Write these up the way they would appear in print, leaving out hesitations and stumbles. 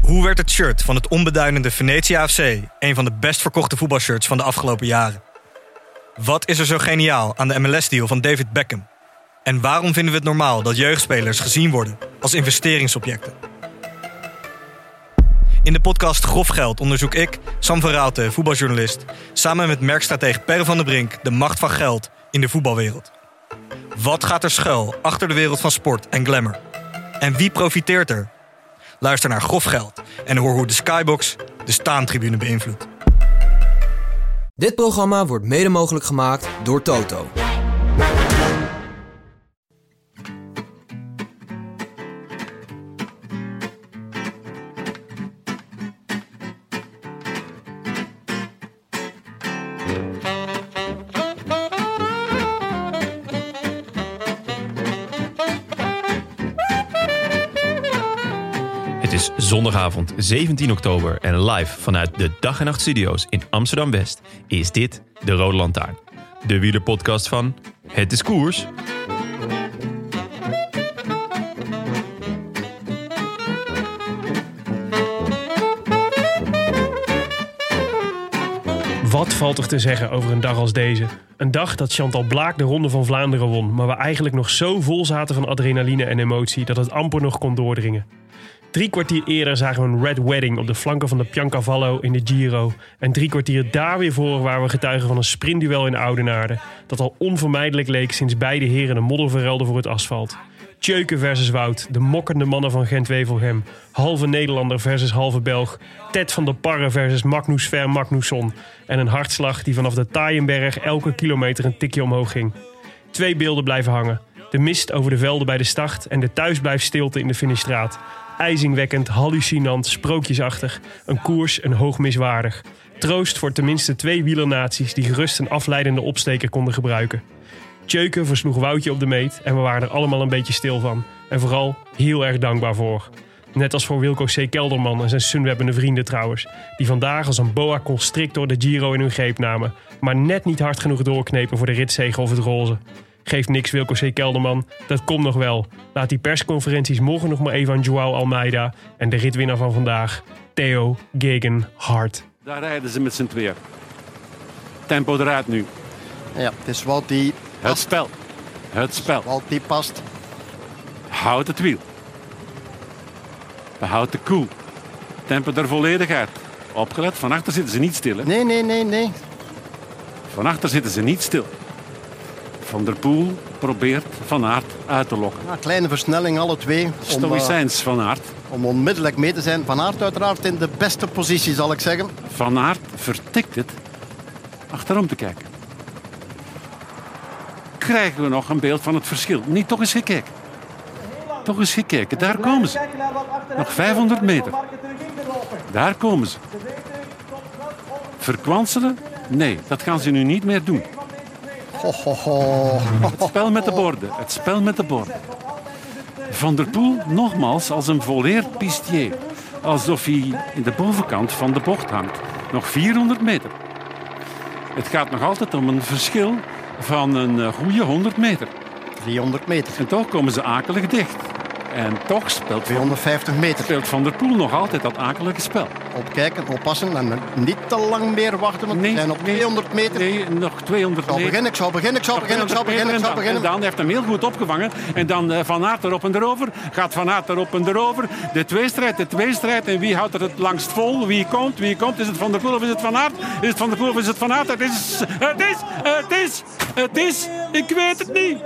Hoe werd het shirt van het onbeduidende Venetia FC een van de best verkochte voetbalshirts van de afgelopen jaren? Wat is er zo geniaal aan de MLS-deal van David Beckham? En waarom vinden we het normaal dat jeugdspelers gezien worden als investeringsobjecten? In de podcast Grof Geld onderzoek ik, Sam van Raalte, voetbaljournalist, samen met merkstratege Per van der Brink de macht van geld in de voetbalwereld. Wat gaat er schuil achter de wereld van sport en glamour? En wie profiteert er? Luister naar Grof Geld en hoor hoe de Skybox de staantribune beïnvloedt. Dit programma wordt mede mogelijk gemaakt door Toto. Het is zondagavond 17 oktober en live vanuit de Dag en Nacht Studio's in Amsterdam-West is dit de Rode Lantaarn. De wielerpodcast van Het is Koers. Wat valt er te zeggen over een dag als deze? Een dag dat Chantal Blaak de Ronde van Vlaanderen won, maar we eigenlijk nog zo vol zaten van adrenaline en emotie dat het amper nog kon doordringen. 3 kwartier eerder zagen we een Red Wedding op de flanken van de Piancavallo in de Giro. En 3 kwartier daar weer voor waren we getuigen van een sprintduel in Oudenaarde, dat al onvermijdelijk leek sinds beide heren de modder verruilden voor het asfalt. Tjeuke versus Wout, de mokkende mannen van Gent-Wevelgem, halve Nederlander versus halve Belg, Ted van der Parre versus Magnus Ver Magnusson en een hartslag die vanaf de Taaienberg elke kilometer een tikje omhoog ging. 2 beelden blijven hangen. De mist over de velden bij de start en de thuisblijfstilte in de finishstraat. IJzingwekkend, hallucinant, sprookjesachtig. Een koers en hoog miswaardig. Troost voor tenminste 2 wielernaties die gerust een afleidende opsteker konden gebruiken. Tjeuke versloeg Woutje op de meet en we waren er allemaal een beetje stil van. En vooral heel erg dankbaar voor. Net als voor Wilco C. Kelderman en zijn sunwebbende vrienden trouwens. Die vandaag als een boa constrictor de Giro in hun greep namen. Maar net niet hard genoeg doorknepen voor de ritzege of het roze. Geeft niks Wilco C. Kelderman, dat komt nog wel. Laat die persconferenties morgen nog maar even aan Joao Almeida. En de ritwinnaar van vandaag, Theo Geoghegan Hart. Daar rijden ze met z'n tweeën. Tempo eruit nu. Ja, het is Wout die past. Het spel. Het spel. Wout die past. Houd het wiel. Behoud de koel. Tempo der volledig uit. Opgelet, van achter zitten ze niet stil. Hè? Nee. Van achter zitten ze niet stil. Van der Poel probeert Van Aert uit te lokken. Ja, kleine versnelling, alle twee. Stoïcijns Van Aert. Om onmiddellijk mee te zijn. Van Aert uiteraard in de beste positie, zal ik zeggen. Van Aert vertikt het achterom te kijken. Krijgen we nog een beeld van het verschil? Niet, toch eens gekeken. Toch eens gekeken, daar komen ze. Nog 500 meter. Daar komen ze. Verkwanselen? Nee, dat gaan ze nu niet meer doen. Het spel met de borden. Het spel met de borden. Van der Poel nogmaals als een volleerd pistier. Alsof hij in de bovenkant van de bocht hangt. Nog 400 meter. Het gaat nog altijd om een verschil van een goede 100 meter. 300 meter. En toch komen ze akelig dicht. En toch speelt 250 meter. Speelt Van der Poel nog altijd dat akelige spel. Opkijken, oppassen en niet te lang meer wachten. Want we zijn op 200 meter. Nee, nog 200 meter. Ik zal beginnen. En dan heeft hem heel goed opgevangen. En dan Van Aert erop en erover. Gaat Van Aert erop en erover. De tweestrijd. En wie houdt er het langst vol? Wie komt? Is het Van der Poel of is het Van Aert? Is het Van der Poel of is het Van Aert? Het is. Ik weet het niet.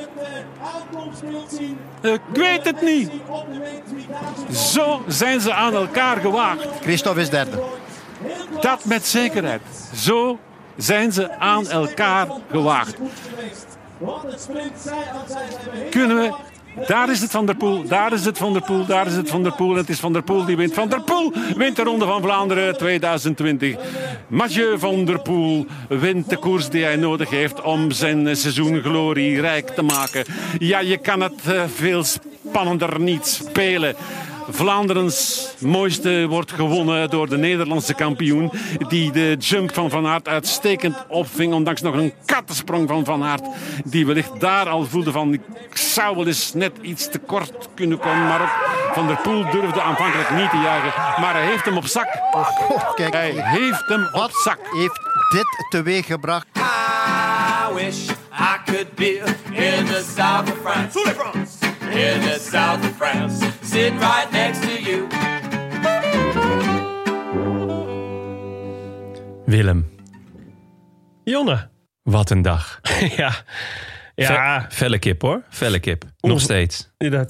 Ik weet het niet. Zo zijn ze aan elkaar gewaagd. Christophe is derde. Dat met zekerheid. Zo zijn ze aan elkaar gewaagd. Kunnen we... Daar is het Van der Poel. En het is Van der Poel die wint. Van der Poel wint de Ronde van Vlaanderen 2020. Mathieu van der Poel wint de koers die hij nodig heeft om zijn seizoen glorierijk te maken. Ja, je kan het veel spannender niet spelen. Vlaanderens mooiste wordt gewonnen door de Nederlandse kampioen. Die de jump van Van Aert uitstekend opving. Ondanks nog een kattensprong van Van Aert. Die wellicht daar al voelde van... ik zou wel eens net iets te kort kunnen komen. Maar ook Van der Poel durfde aanvankelijk niet te juichen. Maar hij heeft hem op zak. Kijk, Hij heeft hem op zak. heeft dit teweeg gebracht? I wish I could be in the south of France. In the south of France. Sitting right next to you. Willem, Jonne. wat een dag. Ja. Felle kip hoor, felle kip. Nog steeds.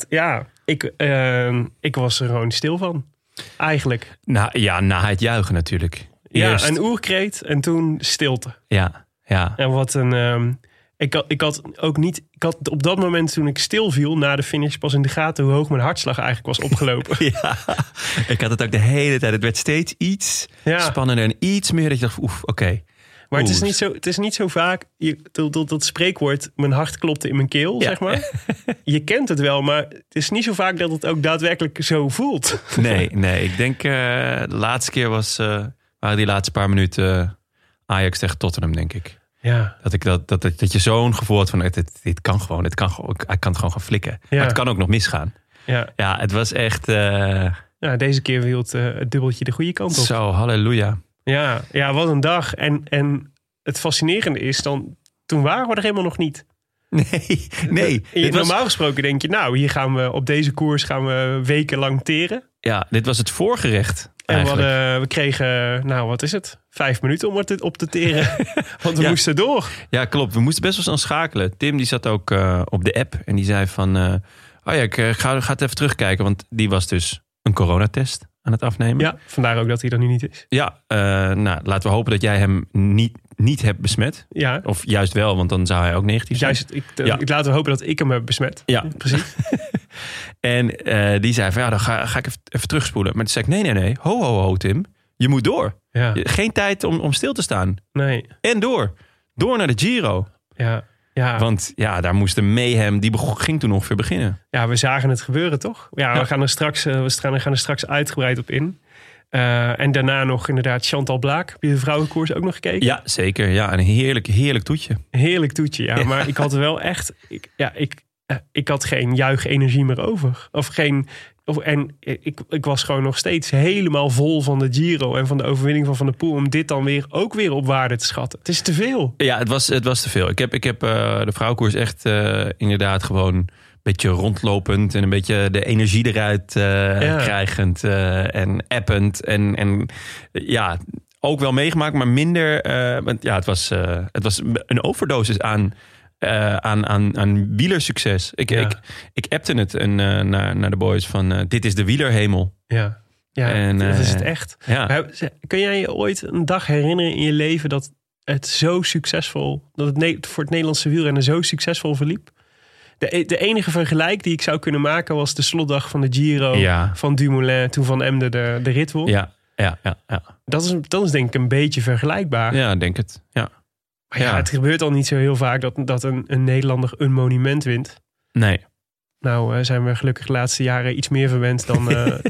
Ik was er gewoon stil van. Eigenlijk. Nou ja, na het juichen natuurlijk. Eerst, Ja, een oerkreet en toen stilte. Ja. En wat een... Ik had op dat moment toen ik stil viel na de finish pas in de gaten hoe hoog mijn hartslag eigenlijk was opgelopen. Ja, ik had het ook de hele tijd. Het werd steeds iets spannender en iets meer dat je dacht, oké. Maar het is niet zo vaak, dat spreekwoord, mijn hart klopte in mijn keel, zeg maar. Je kent het wel, maar het is niet zo vaak dat het ook daadwerkelijk zo voelt. Nee. Ik denk de laatste keer waren die laatste paar minuten Ajax tegen Tottenham, denk ik. Ja. Dat je zo'n gevoel had van, dit kan gewoon, hij kan het gewoon gaan flikken. Ja. Maar het kan ook nog misgaan. Ja, het was echt... Deze keer wield het dubbeltje de goede kant op. Zo, halleluja. Ja, wat een dag. En het fascinerende is dan, toen waren we er helemaal nog niet. Nee. Normaal gesproken denk je, nou, hier gaan we op deze koers wekenlang teren. Ja, dit was het voorgerecht. En we kregen, 5 minuten om het op te teren. Want we moesten door. Ja, klopt. We moesten best wel snel schakelen. Tim die zat ook op de app en die zei van... ik ga het even terugkijken. Want die was dus een coronatest aan het afnemen. Ja, vandaar ook dat hij er nu niet is. Ja, laten we hopen dat jij hem niet hebt besmet. Ja. Of juist wel, want dan zou hij ook negatief zijn. Juist, laten we hopen dat ik hem heb besmet. Ja, precies. En die zei van, dan ga ik even terugspoelen. Maar toen zei ik, nee. Ho, Tim. Je moet door. Ja. Geen tijd om stil te staan. Nee. En door. Door naar de Giro. Ja. Want daar moest de mayhem, die ging toen ongeveer beginnen. Ja, we zagen het gebeuren, toch? Ja. We gaan er straks uitgebreid op in. En daarna nog inderdaad Chantal Blaak. Heb je de vrouwenkoers ook nog gekeken? Ja, zeker. Ja, een heerlijk toetje. Heerlijk toetje, ja. Maar ik had wel echt... Ik had geen juichenergie meer over. En ik was gewoon nog steeds helemaal vol van de Giro en van de overwinning van Van der Poel. Om dit dan ook weer op waarde te schatten. Het is te veel. Ja, het was te veel. Ik heb de vrouwenkoers echt inderdaad gewoon een beetje rondlopend. En een beetje de energie eruit krijgend en append. En ook wel meegemaakt, maar minder. Want het was een overdosis aan wielersucces. Ik appte het naar de boys van dit is de wielerhemel. Ja, en, dat is het echt. Ja. Maar, kun jij je ooit een dag herinneren in je leven dat het zo succesvol, dat het voor het Nederlandse wielrennen zo succesvol verliep? De enige vergelijk die ik zou kunnen maken was de slotdag van de Giro van Dumoulin toen Van Emden de rit won. Ja. Dat is denk ik een beetje vergelijkbaar. Ja, denk het. Ja. Maar het gebeurt al niet zo heel vaak dat een Nederlander een monument wint. Nee. Nou zijn we gelukkig de laatste jaren iets meer verwend dan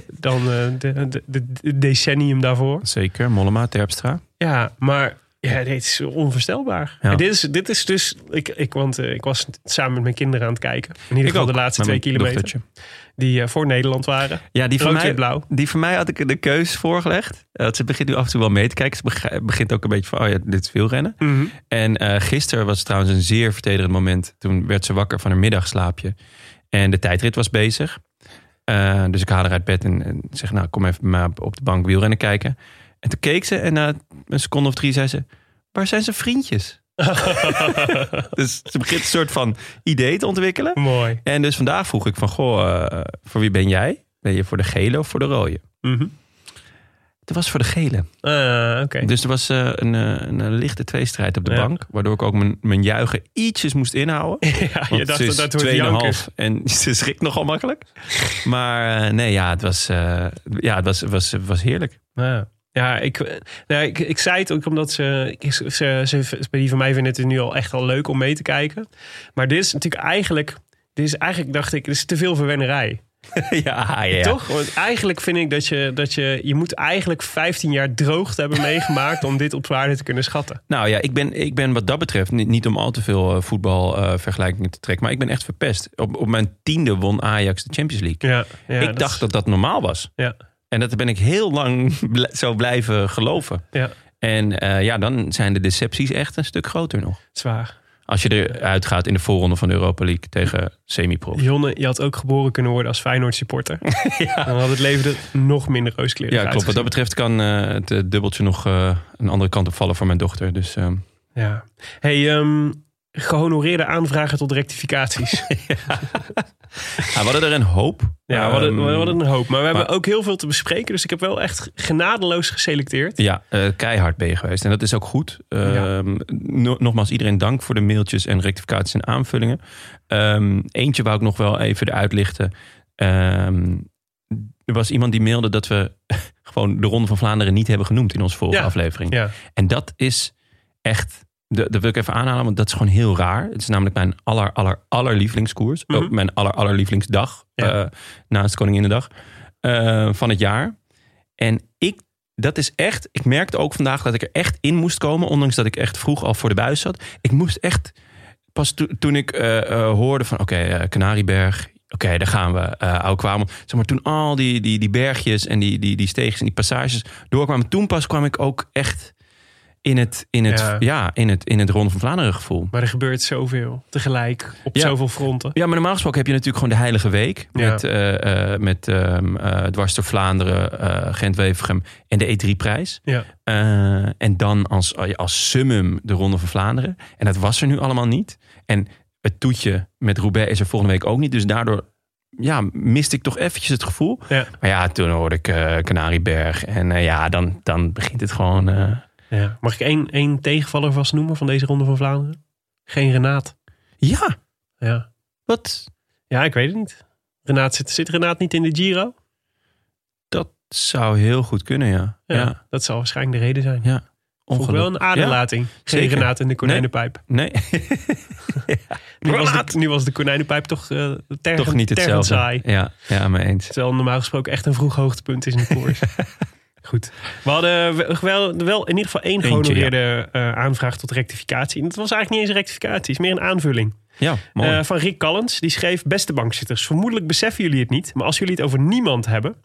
de decennium daarvoor. Zeker, Mollema, Terpstra. Ja, maar dit is onvoorstelbaar. Ja. En dit is dus... Ik was samen met mijn kinderen aan het kijken. In ieder geval de laatste 2 kilometer. Dochtertje. Die voor Nederland waren. Ja, die voor mij had ik de keus voorgelegd. Ze begint nu af en toe wel mee te kijken. Ze begint ook een beetje van, dit is wielrennen. Mm-hmm. En gisteren was het trouwens een zeer vertederend moment. Toen werd ze wakker van een middagslaapje. En de tijdrit was bezig. Dus ik haal haar uit bed en zeg, kom even maar op de bank wielrennen kijken. En toen keek ze en na een seconde of 3 zei ze, waar zijn zijn vriendjes? Dus ze begint een soort van idee te ontwikkelen. Mooi. En dus vandaag vroeg ik van, voor wie ben jij? Ben je voor de gele of voor de rode? Mm-hmm. Het was voor de gele. Okay. Dus er was een lichte tweestrijd op de bank. Waardoor ik ook mijn juichen ietsjes moest inhouden. Je dacht dat wordt jankers. 2,5 en ze schrikt nogal makkelijk. Maar het was heerlijk. Ja, ik zei het ook omdat ze die van mij vinden het nu echt al leuk om mee te kijken. Maar dit is eigenlijk dacht ik, dit is te veel verwennerij. Ja. Toch? Want eigenlijk vind ik dat je moet eigenlijk 15 jaar droogte hebben meegemaakt om dit op waarde te kunnen schatten. Nou ja, ik ben wat dat betreft, niet om al te veel voetbalvergelijkingen te trekken, maar ik ben echt verpest. Op mijn 10e won Ajax de Champions League. Ja, ik dacht dat normaal was. Ja. En dat ben ik heel lang zo blijven geloven. Ja. En dan zijn de decepties echt een stuk groter nog. Zwaar. Als je eruit gaat in de voorronde van de Europa League tegen semi-profs. Jonne, je had ook geboren kunnen worden als Feyenoord supporter. Ja. Dan had het leven er nog minder rooskleurig uitgezien. Klopt. Wat dat betreft kan het dubbeltje nog een andere kant opvallen voor mijn dochter. Dus, Ja. Hey, gehonoreerde aanvragen tot rectificaties. We hadden er een hoop. Ja, we hadden een hoop. Maar we hebben ook heel veel te bespreken. Dus ik heb wel echt genadeloos geselecteerd. Ja, keihard ben je geweest. En dat is ook goed. Nogmaals, iedereen dank voor de mailtjes en rectificaties en aanvullingen. Eentje wou ik nog wel even eruit lichten. Er was iemand die mailde dat we gewoon de Ronde van Vlaanderen niet hebben genoemd in onze vorige aflevering. Ja. En dat is echt... Dat wil ik even aanhalen, want dat is gewoon heel raar. Het is namelijk mijn allerlievelingskoers. Ook mijn allerlievelingsdag. Naast Koninginnedag. Van het jaar. En dat is echt... Ik merkte ook vandaag dat ik er echt in moest komen. Ondanks dat ik echt vroeg al voor de buis zat. Ik moest echt... Pas toen ik hoorde van... Canarieberg... Oké, daar gaan we. Oude zeg maar, toen al die bergjes en die steegjes en die passages doorkwamen. Toen pas kwam ik ook echt... In het Ronde van Vlaanderen gevoel. Maar er gebeurt zoveel tegelijk op zoveel fronten. Ja, maar normaal gesproken heb je natuurlijk gewoon de Heilige Week. Met dwars door Vlaanderen, Gent-Wevelgem en de E3-prijs. Ja. En dan als summum de Ronde van Vlaanderen. En dat was er nu allemaal niet. En het toetje met Roubaix is er volgende week ook niet. Dus daardoor miste ik toch eventjes het gevoel. Ja. Maar toen hoorde ik Canarieberg. En dan begint het gewoon... Ja. Mag ik één tegenvaller vast noemen van deze Ronde van Vlaanderen? Geen Renaat. Ja. Wat? Ja, ik weet het niet. Renaat zit Renaat niet in de Giro? Dat zou heel goed kunnen, ja. Dat zal waarschijnlijk de reden zijn. Ja. Vond wel een aderlating. Geen Renaat in de konijnenpijp. Nee. Nu was de konijnenpijp toch niet hetzelfde. Saai. Ja, mee eens. Terwijl normaal gesproken echt een vroeg hoogtepunt is in de koers. Goed. We hadden wel in ieder geval één gehonoreerde aanvraag tot rectificatie. En dat was eigenlijk niet eens een rectificatie, het is meer een aanvulling. Ja, mooi. Van Rick Callens, die schreef: beste bankzitters, vermoedelijk beseffen jullie het niet, maar als jullie het over niemand hebben...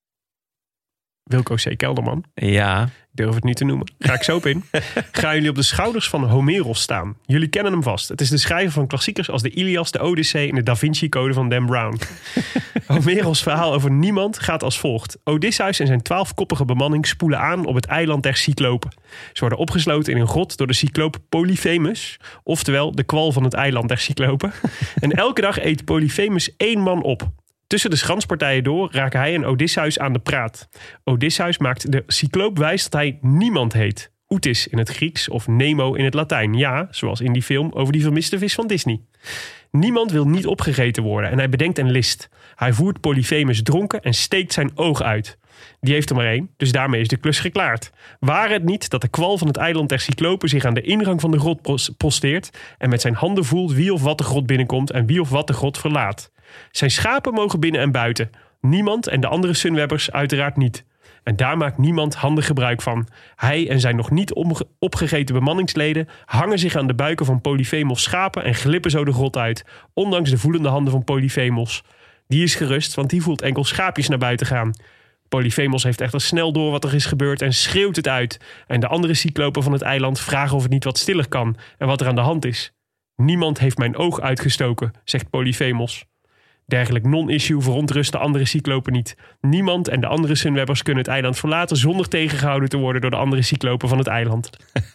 Wilco C. Kelderman. Ja. Ik durf het niet te noemen. Ga ik zo op in. Gaan jullie op de schouders van Homeros staan. Jullie kennen hem vast. Het is de schrijver van klassiekers als de Ilias, de Odyssee en de Da Vinci Code van Dan Brown. Homeros' verhaal over niemand gaat als volgt. Odysseus en zijn 12-koppige bemanning spoelen aan op het eiland der Cyclopen. Ze worden opgesloten in een grot door de cycloop Polyphemus. Oftewel de kwal van het eiland der Cyclopen. En elke dag eet Polyphemus 1 man op. Tussen de schanspartijen door raken hij en Odysseus aan de praat. Odysseus maakt de cycloop wijs dat hij niemand heet. Oetis in het Grieks of Nemo in het Latijn. Ja, zoals in die film over die vermiste vis van Disney. Niemand wil niet opgegeten worden en hij bedenkt een list. Hij voert Polyphemus dronken en steekt zijn oog uit. Die heeft er maar 1, dus daarmee is de klus geklaard. Ware het niet dat de kwal van het eiland der Cyclopen zich aan de ingang van de grot posteert en met zijn handen voelt wie of wat de grot binnenkomt en wie of wat de grot verlaat. Zijn schapen mogen binnen en buiten. Niemand en de andere Sunwebbers uiteraard niet. En daar maakt niemand handig gebruik van. Hij en zijn nog niet opgegeten bemanningsleden hangen zich aan de buiken van Polyphemos schapen en glippen zo de grot uit, ondanks de voelende handen van Polyphemos. Die is gerust, want die voelt enkel schaapjes naar buiten gaan. Polyphemos heeft echter snel door wat er is gebeurd en schreeuwt het uit. En de andere cyclopen van het eiland vragen of het niet wat stiller kan en wat er aan de hand is. Niemand heeft mijn oog uitgestoken, zegt Polyphemos. Dergelijk non-issue verontrust de andere cyclopen niet. Niemand en de andere Sunwebbers kunnen het eiland verlaten zonder tegengehouden te worden door de andere cyclopen van het eiland.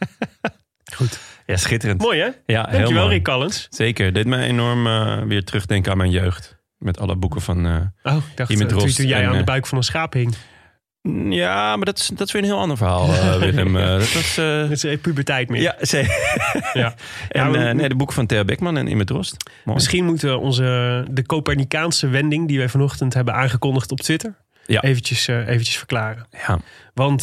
Goed. Ja, schitterend. Mooi, hè? Ja, dankjewel, Rick Callens. Zeker. Deed mij enorm weer terugdenken aan mijn jeugd. Met alle boeken van ik dacht toen jij aan de buik van een schaap hing. Ja, maar dat is weer een heel ander verhaal, Willem. Dat is puberteit meer. Ja, zeker. Ja. En de boeken van Thea Beckman en Imme Drost. Mooi. Misschien moeten we de Copernicaanse wending die wij vanochtend hebben aangekondigd op Twitter eventjes verklaren. Ja. Want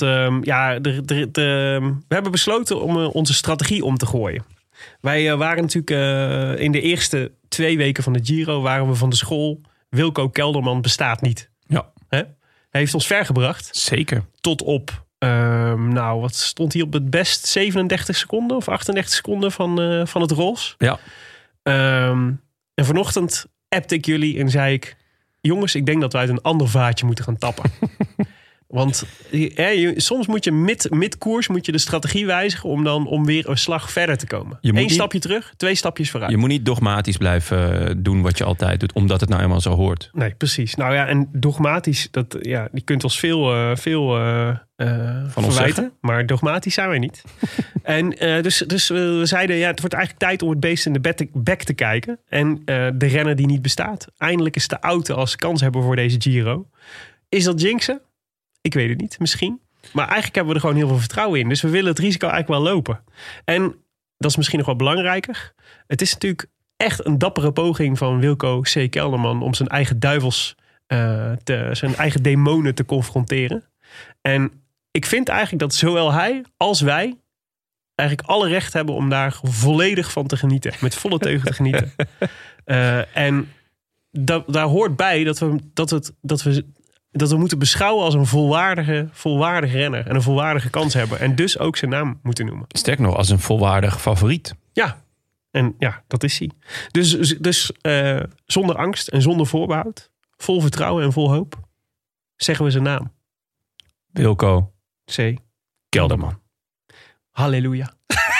we hebben besloten om onze strategie om te gooien. Wij waren natuurlijk in de eerste 2 weken van de Giro waren we van de school Wilco Kelderman bestaat niet. Ja. Hè? Hij heeft ons ver gebracht. Zeker. Tot op, wat stond hier op het best? 37 seconden of 38 seconden van het Rolls. Ja. En vanochtend appte ik jullie en zei ik... Jongens, ik denk dat we uit een ander vaatje moeten gaan tappen. Want soms moet je mid-koers moet je de strategie wijzigen... om weer een slag verder te komen. Eén stapje terug, 2 stapjes vooruit. Je moet niet dogmatisch blijven doen wat je altijd doet... omdat het nou eenmaal zo hoort. Nee, precies. Nou ja, en dogmatisch, die kunt ons veel van ons verwijten. Maar dogmatisch zijn wij niet. En dus we zeiden, het wordt eigenlijk tijd om het beest in de bek te kijken. En de renner die niet bestaat. Eindelijk is de auto als kans hebben voor deze Giro. Is dat jinxen? Ik weet het niet, misschien. Maar eigenlijk hebben we er gewoon heel veel vertrouwen in. Dus we willen het risico eigenlijk wel lopen. En dat is misschien nog wel belangrijker. Het is natuurlijk echt een dappere poging van Wilco C. Kelderman... om zijn eigen duivels, zijn eigen demonen te confronteren. En ik vind eigenlijk dat zowel hij als wij... eigenlijk alle recht hebben om daar volledig van te genieten. Met volle teugen te genieten. En daar hoort bij dat we moeten beschouwen als een volwaardige renner. En een volwaardige kans hebben. En dus ook zijn naam moeten noemen. Sterk nog, als een volwaardig favoriet. Ja, en ja, dat is hij. Dus zonder angst en zonder voorbehoud. Vol vertrouwen en vol hoop. Zeggen we zijn naam. Wilco C. Kelderman. Halleluja.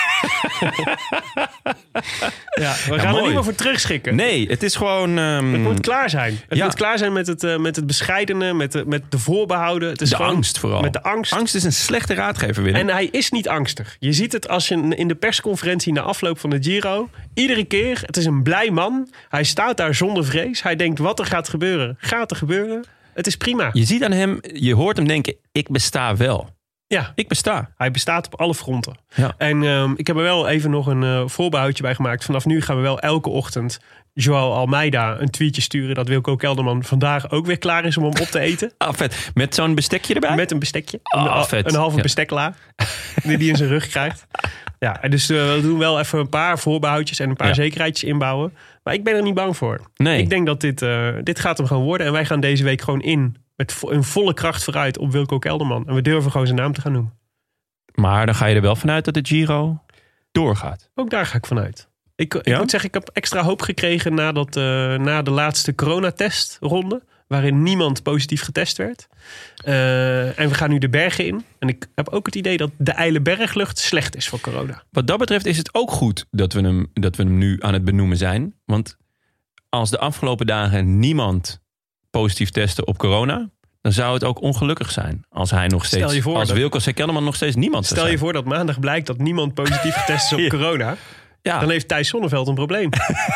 Ja, we gaan er niet meer voor terugschikken. Nee, het is gewoon... Het moet klaar zijn. Het moet klaar zijn met het bescheidene, met de voorbehouden. Het is de angst vooral. Met de angst. Angst is een slechte raadgever, Willem. En hij is niet angstig. Je ziet het als je in de persconferentie na afloop van de Giro... Iedere keer, het is een blij man. Hij staat daar zonder vrees. Hij denkt, wat er gaat gebeuren, gaat er gebeuren. Het is prima. Je ziet aan hem, je hoort hem denken, ik besta wel. Ja, ik besta. Hij bestaat op alle fronten. Ja. En ik heb er wel even nog een voorbehoudje bij gemaakt. Vanaf nu gaan we wel elke ochtend Joao Almeida een tweetje sturen... dat Wilco Kelderman vandaag ook weer klaar is om hem op te eten. Vet. Met zo'n bestekje erbij? Met een bestekje. Vet. Een halve bestekla. Die in zijn rug krijgt. Ja, dus we doen wel even een paar voorbehoudjes... en een paar zekerheidjes inbouwen. Maar ik ben er niet bang voor. Nee. Ik denk dat dit gaat hem gewoon worden. En wij gaan deze week gewoon in... met een volle kracht vooruit op Wilco Kelderman. En we durven gewoon zijn naam te gaan noemen. Maar dan ga je er wel vanuit dat de Giro doorgaat. Ook daar ga ik vanuit. Ik moet zeggen, ik heb extra hoop gekregen na de laatste coronatestronde. Waarin niemand positief getest werd. En we gaan nu de bergen in. En ik heb ook het idee dat de ijle berglucht slecht is voor corona. Wat dat betreft is het ook goed dat we hem nu aan het benoemen zijn. Want als de afgelopen dagen niemand positief testen op corona... dan zou het ook ongelukkig zijn als hij nog steeds... als Wilco C. Kelderman nog steeds niemand zou zijn. Stel je voor dat maandag blijkt dat niemand positief getest is op corona... Ja. Dan heeft Thijs Sonneveld een probleem.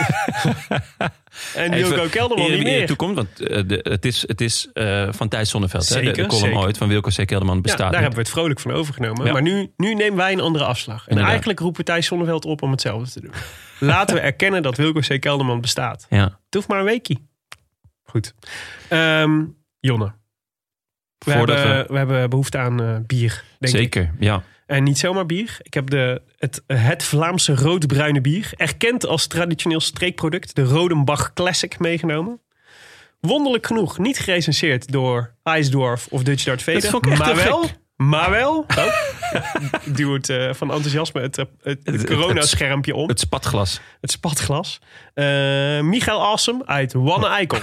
En Wilco Kelderman niet meer. Toekomt, want het is van Thijs Sonneveld. Zeker, de column ooit van Wilco C. Kelderman bestaat. Ja, daar hebben we het vrolijk van overgenomen. Ja. Maar nu nemen wij een andere afslag. En eigenlijk roepen we Thijs Sonneveld op om hetzelfde te doen. Laten we erkennen dat Wilco C. Kelderman bestaat. Ja. Het hoeft maar een weekje. Goed. Jonne. We hebben behoefte aan bier, denk Zeker, ik. Ja. En niet zomaar bier. Ik heb het Vlaamse roodbruine bier, erkend als traditioneel streekproduct, de Rodenbach Classic, meegenomen. Wonderlijk genoeg niet gerecenseerd door IJsdorf of Dutch Dart Vader. Maar wel. Ik duw het van enthousiasme het coronaschermpje om. Het spatglas. Het spatglas. Michael Awesome uit Wanne-Eikel.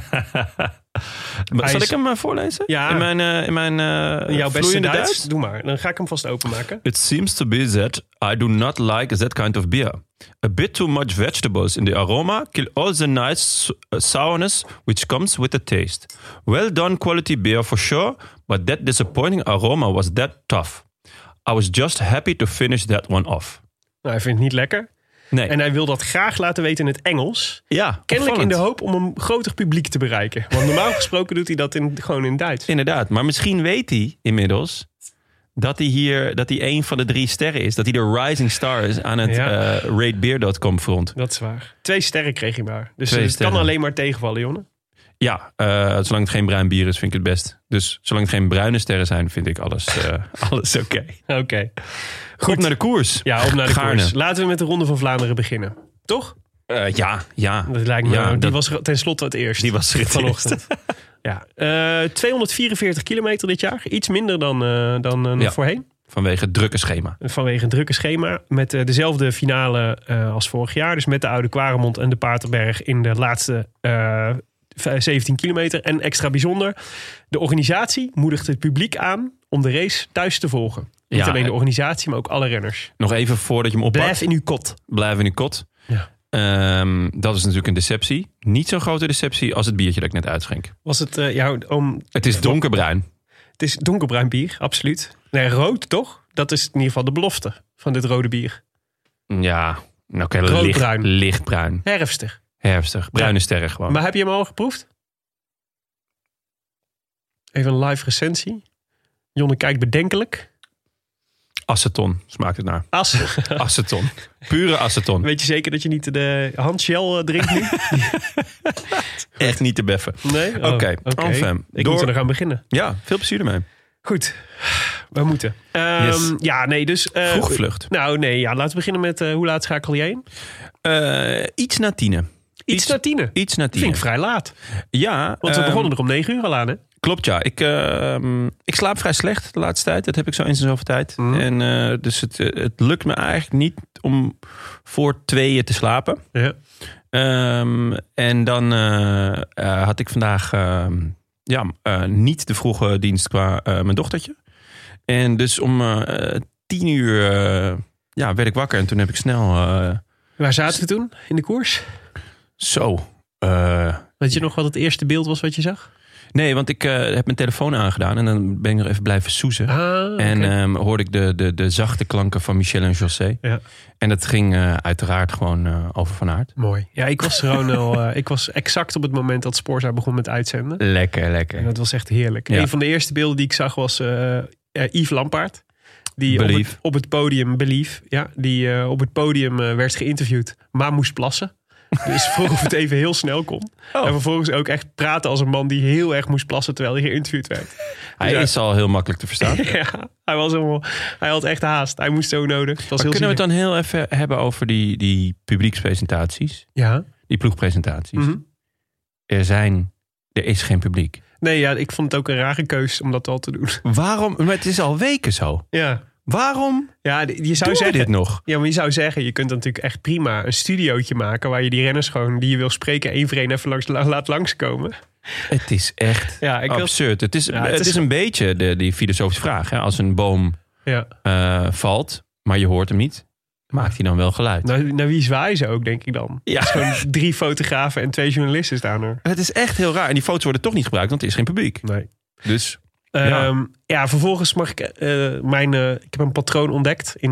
Zal ik hem voorlezen? Ja. In mijn jouw beste Duits? Doe maar, dan ga ik hem vast openmaken. It seems to be that I do not like that kind of beer. A bit too much vegetables in the aroma kill all the nice sourness which comes with the taste. Well done quality beer for sure, but that disappointing aroma was that tough. I was just happy to finish that one off. Nou, hij vindt het niet lekker. Nee. En hij wil dat graag laten weten in het Engels. Ja, kennelijk in de hoop om een groter publiek te bereiken. Want normaal gesproken doet hij dat gewoon in Duits. Inderdaad, maar misschien weet hij inmiddels dat hij een van de 3 sterren is. Dat hij de rising star is aan het ratebeer.com front. Dat is waar. 2 sterren kreeg hij maar. Dus het kan alleen maar tegenvallen, Jonne. Ja, zolang het geen bruin bier is, vind ik het best. Dus zolang het geen bruine sterren zijn, vind ik alles oké. Oké. Goed, op naar de koers. Ja, op naar de koers. Laten we met de Ronde van Vlaanderen beginnen. Toch? Ja. Dat lijkt me. Ja, die was tenslotte het eerst. Die was er het vanochtend. Ja. 244 kilometer dit jaar. Iets minder dan voorheen. Vanwege het drukke schema. Vanwege een drukke schema. Met dezelfde finale als vorig jaar. Dus met de Oude Kwaremond en de Paterberg in de laatste 17 kilometer. En extra bijzonder, de organisatie moedigt het publiek aan om de race thuis te volgen. Niet alleen de organisatie, maar ook alle renners. Nog even voordat je hem oppakt. Blijf in uw kot. Blijf in uw kot. Ja. Dat is natuurlijk een deceptie. Niet zo'n grote deceptie als het biertje dat ik net uitschenk. Was het Het is donkerbruin. Het is donkerbruin bier, absoluut. Nee, rood toch? Dat is in ieder geval de belofte van dit rode bier. Ja, oké, roodbruin. Lichtbruin. Herfstig. Bruine sterren gewoon. Maar heb je hem al geproefd? Even een live recensie. Jonne kijkt bedenkelijk. Aceton smaakt het naar. Aceton. Pure aceton. Weet je zeker dat je niet de handshell drinkt nu? Echt niet te beffen. Nee? Oké. Ik moet er nog aan beginnen. Ja, veel plezier ermee. Goed. We moeten. Yes. Ja, nee, dus... Vroege vlucht. Laten we beginnen met hoe laat schakel je heen? Iets na 10. Iets na 10? Iets na 10. Vind ik vrij laat. Ja. Want we begonnen er om 9 uur al aan, hè? Klopt, ja. Ik slaap vrij slecht de laatste tijd. Dat heb ik zo eens in zoveel tijd. En dus het lukt me eigenlijk niet om voor 2 te slapen. Ja. En dan had ik vandaag niet de vroege dienst qua mijn dochtertje. En dus om 10 uur werd ik wakker. En toen heb ik snel... Waar zaten we toen? In de koers? Zo. Weet je nog wat het eerste beeld was wat je zag? Nee, want ik heb mijn telefoon aangedaan en dan ben ik nog even blijven soezen. Okay. En hoorde ik de zachte klanken van Michel en José. Ja. En dat ging uiteraard gewoon over Van Aert. Mooi. Ja, ik was gewoon al. Ik was exact op het moment dat Sporza begon met uitzenden. Lekker. En dat was echt heerlijk. Ja. Een van de eerste beelden die ik zag was Yves Lampaert. Die op het podium, op het podium werd geïnterviewd, maar moest plassen. Dus vroeg of het even heel snel kon. Oh. En vervolgens ook echt praten als een man die heel erg moest plassen terwijl hij geïnterviewd werd. Hij is al heel makkelijk te verstaan. Ja, hij had echt haast. Hij moest zo nodig. Kunnen we het dan heel even hebben over die publiekspresentaties? Ja. Die ploegpresentaties. Mm-hmm. Er is geen publiek. Nee, ja, ik vond het ook een rare keus om dat al te doen. Waarom? Maar het is al weken zo. Ja. Waarom je zou zeggen, dit nog? Ja, maar je zou zeggen, je kunt natuurlijk echt prima een studiootje maken waar je die renners gewoon die je wil spreken 1 voor 1 even laat langskomen. Het is echt absurd. Het is een beetje die filosofische vraag. Hè? Als een boom valt, maar je hoort hem niet, maakt hij dan wel geluid? Naar wie zwaaien ze ook, denk ik dan? Ja. Het is gewoon 3 fotografen en 2 journalisten staan er. Het is echt heel raar. En die foto's worden toch niet gebruikt, want er is geen publiek. Nee. Dus... vervolgens mag ik ik heb een patroon ontdekt in